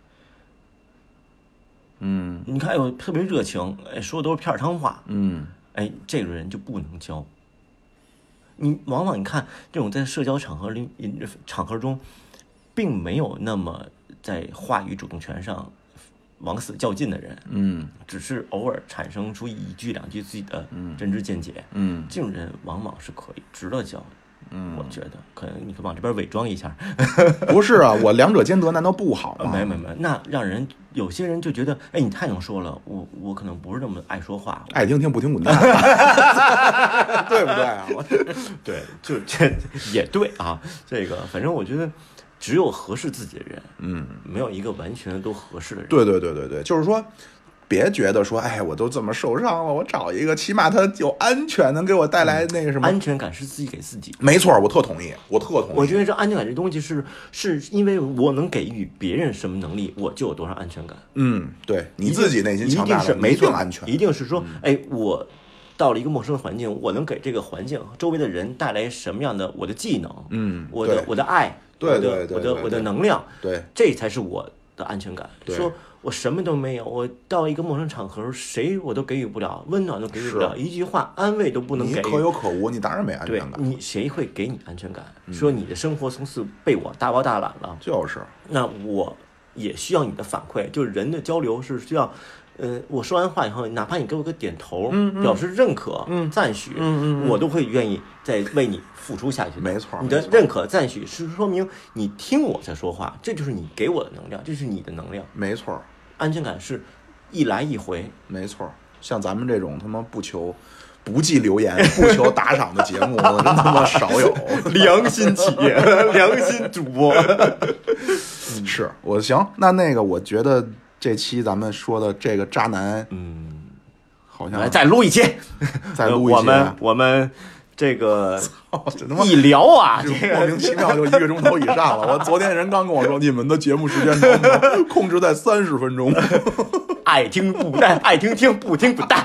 C: 你看有特别热情，说的都是片儿汤话。这个人就不能交。你往往你看这种在社交场合中，并没有那么在话语主动权上往死较劲的人，只是偶尔产生出1句2句自己的真知见解，这种人往往是可以值得交的。我觉得可能你可以往这边伪装一下。
B: 不是啊，我两者兼得难道不好吗？
C: 没，那让人有些人就觉得，你太能说了，我可能不是那么爱说话，
B: 爱听听不听滚蛋，对不对啊？
C: 对，就这也对啊。这个反正我觉得只有合适自己的人，没有一个完全都合适的人。
B: 对，就是说。别觉得说，我都这么受伤了，我找一个起码他有安全，能给我带来那个什么
C: 安全感，是自己给自己。
B: 没错，我特同意。
C: 我觉得这安全感这东西是因为我能给予别人什么能力，我就有多少安全感。
B: 对，你自己内心强大了，
C: 没错，
B: 安全，
C: 一定是说，我到了一个陌生的环境，我能给这个环境周围的人带来什么样的我的技能，我的爱，
B: 对，
C: 我的能量，
B: 对，
C: 这才是我的安全感。
B: 对，
C: 说我什么都没有，我到一个陌生场合，谁我都给予不了，温暖都给予不了，一句话安慰都不能给，
B: 你可有可无，你当然没安全感。
C: 对，你谁会给你安全感？说你的生活从此被我大包大揽了，
B: 就是。
C: 那我也需要你的反馈，就是人的交流是需要。我说完话以后，哪怕你给我个点头，表示认可、赞许，我都会愿意再为你付出下去。
B: 没错，
C: 你的认可、赞许是说明你听我在说话，这就是你给我的能量，这是你的能量。
B: 没错，
C: 安全感是一来一回。
B: 没错，像咱们这种他妈不计留言、不求打赏的节目，真他妈少有。
C: 良心企业，良心主播。
B: 是我行，那个我觉得。这期咱们说的这个渣男，好像
C: 再录一期，我们这个一聊啊，这
B: 莫名其妙就1个钟头以上了。我昨天人刚跟我说，你们的节目时间能不能控制在30分钟？
C: 爱听不带，爱听听，不听不带。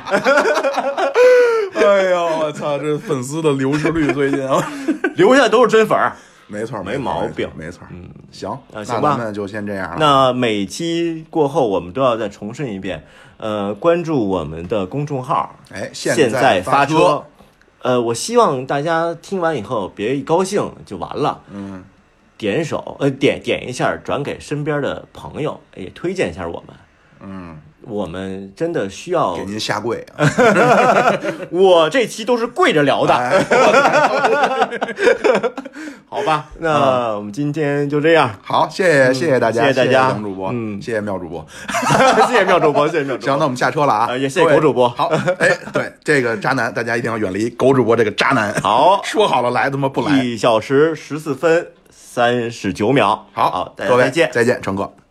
B: 哎呀，我操，这粉丝的流失率最近啊，
C: 留下都是真粉儿。
B: 没错，
C: 没毛病，
B: 没错。行，
C: 那
B: 咱们就先这样了。
C: 那每期过后，我们都要再重申一遍，关注我们的公众号，现在发车。我希望大家听完以后别一高兴就完了，点一下，转给身边的朋友，也推荐一下我们。我们真的需要
B: 给您下跪。
C: 我这期都是跪着聊的。 好吧，那我们今天就这样。
B: 好，谢谢大家，
C: 谢谢大家，
B: 杨主播，谢谢妙主播，
C: 谢谢妙主播，谢谢妙主播。
B: 行，那我们下车了啊，
C: 也谢谢狗主播。
B: 好，哎，对这个渣男，大家一定要远离狗主播这个渣男。
C: 好，
B: 说好了来，他妈不来。
C: 1小时14分39秒。
B: 好，各位
C: 大家再见，
B: 再见，成哥。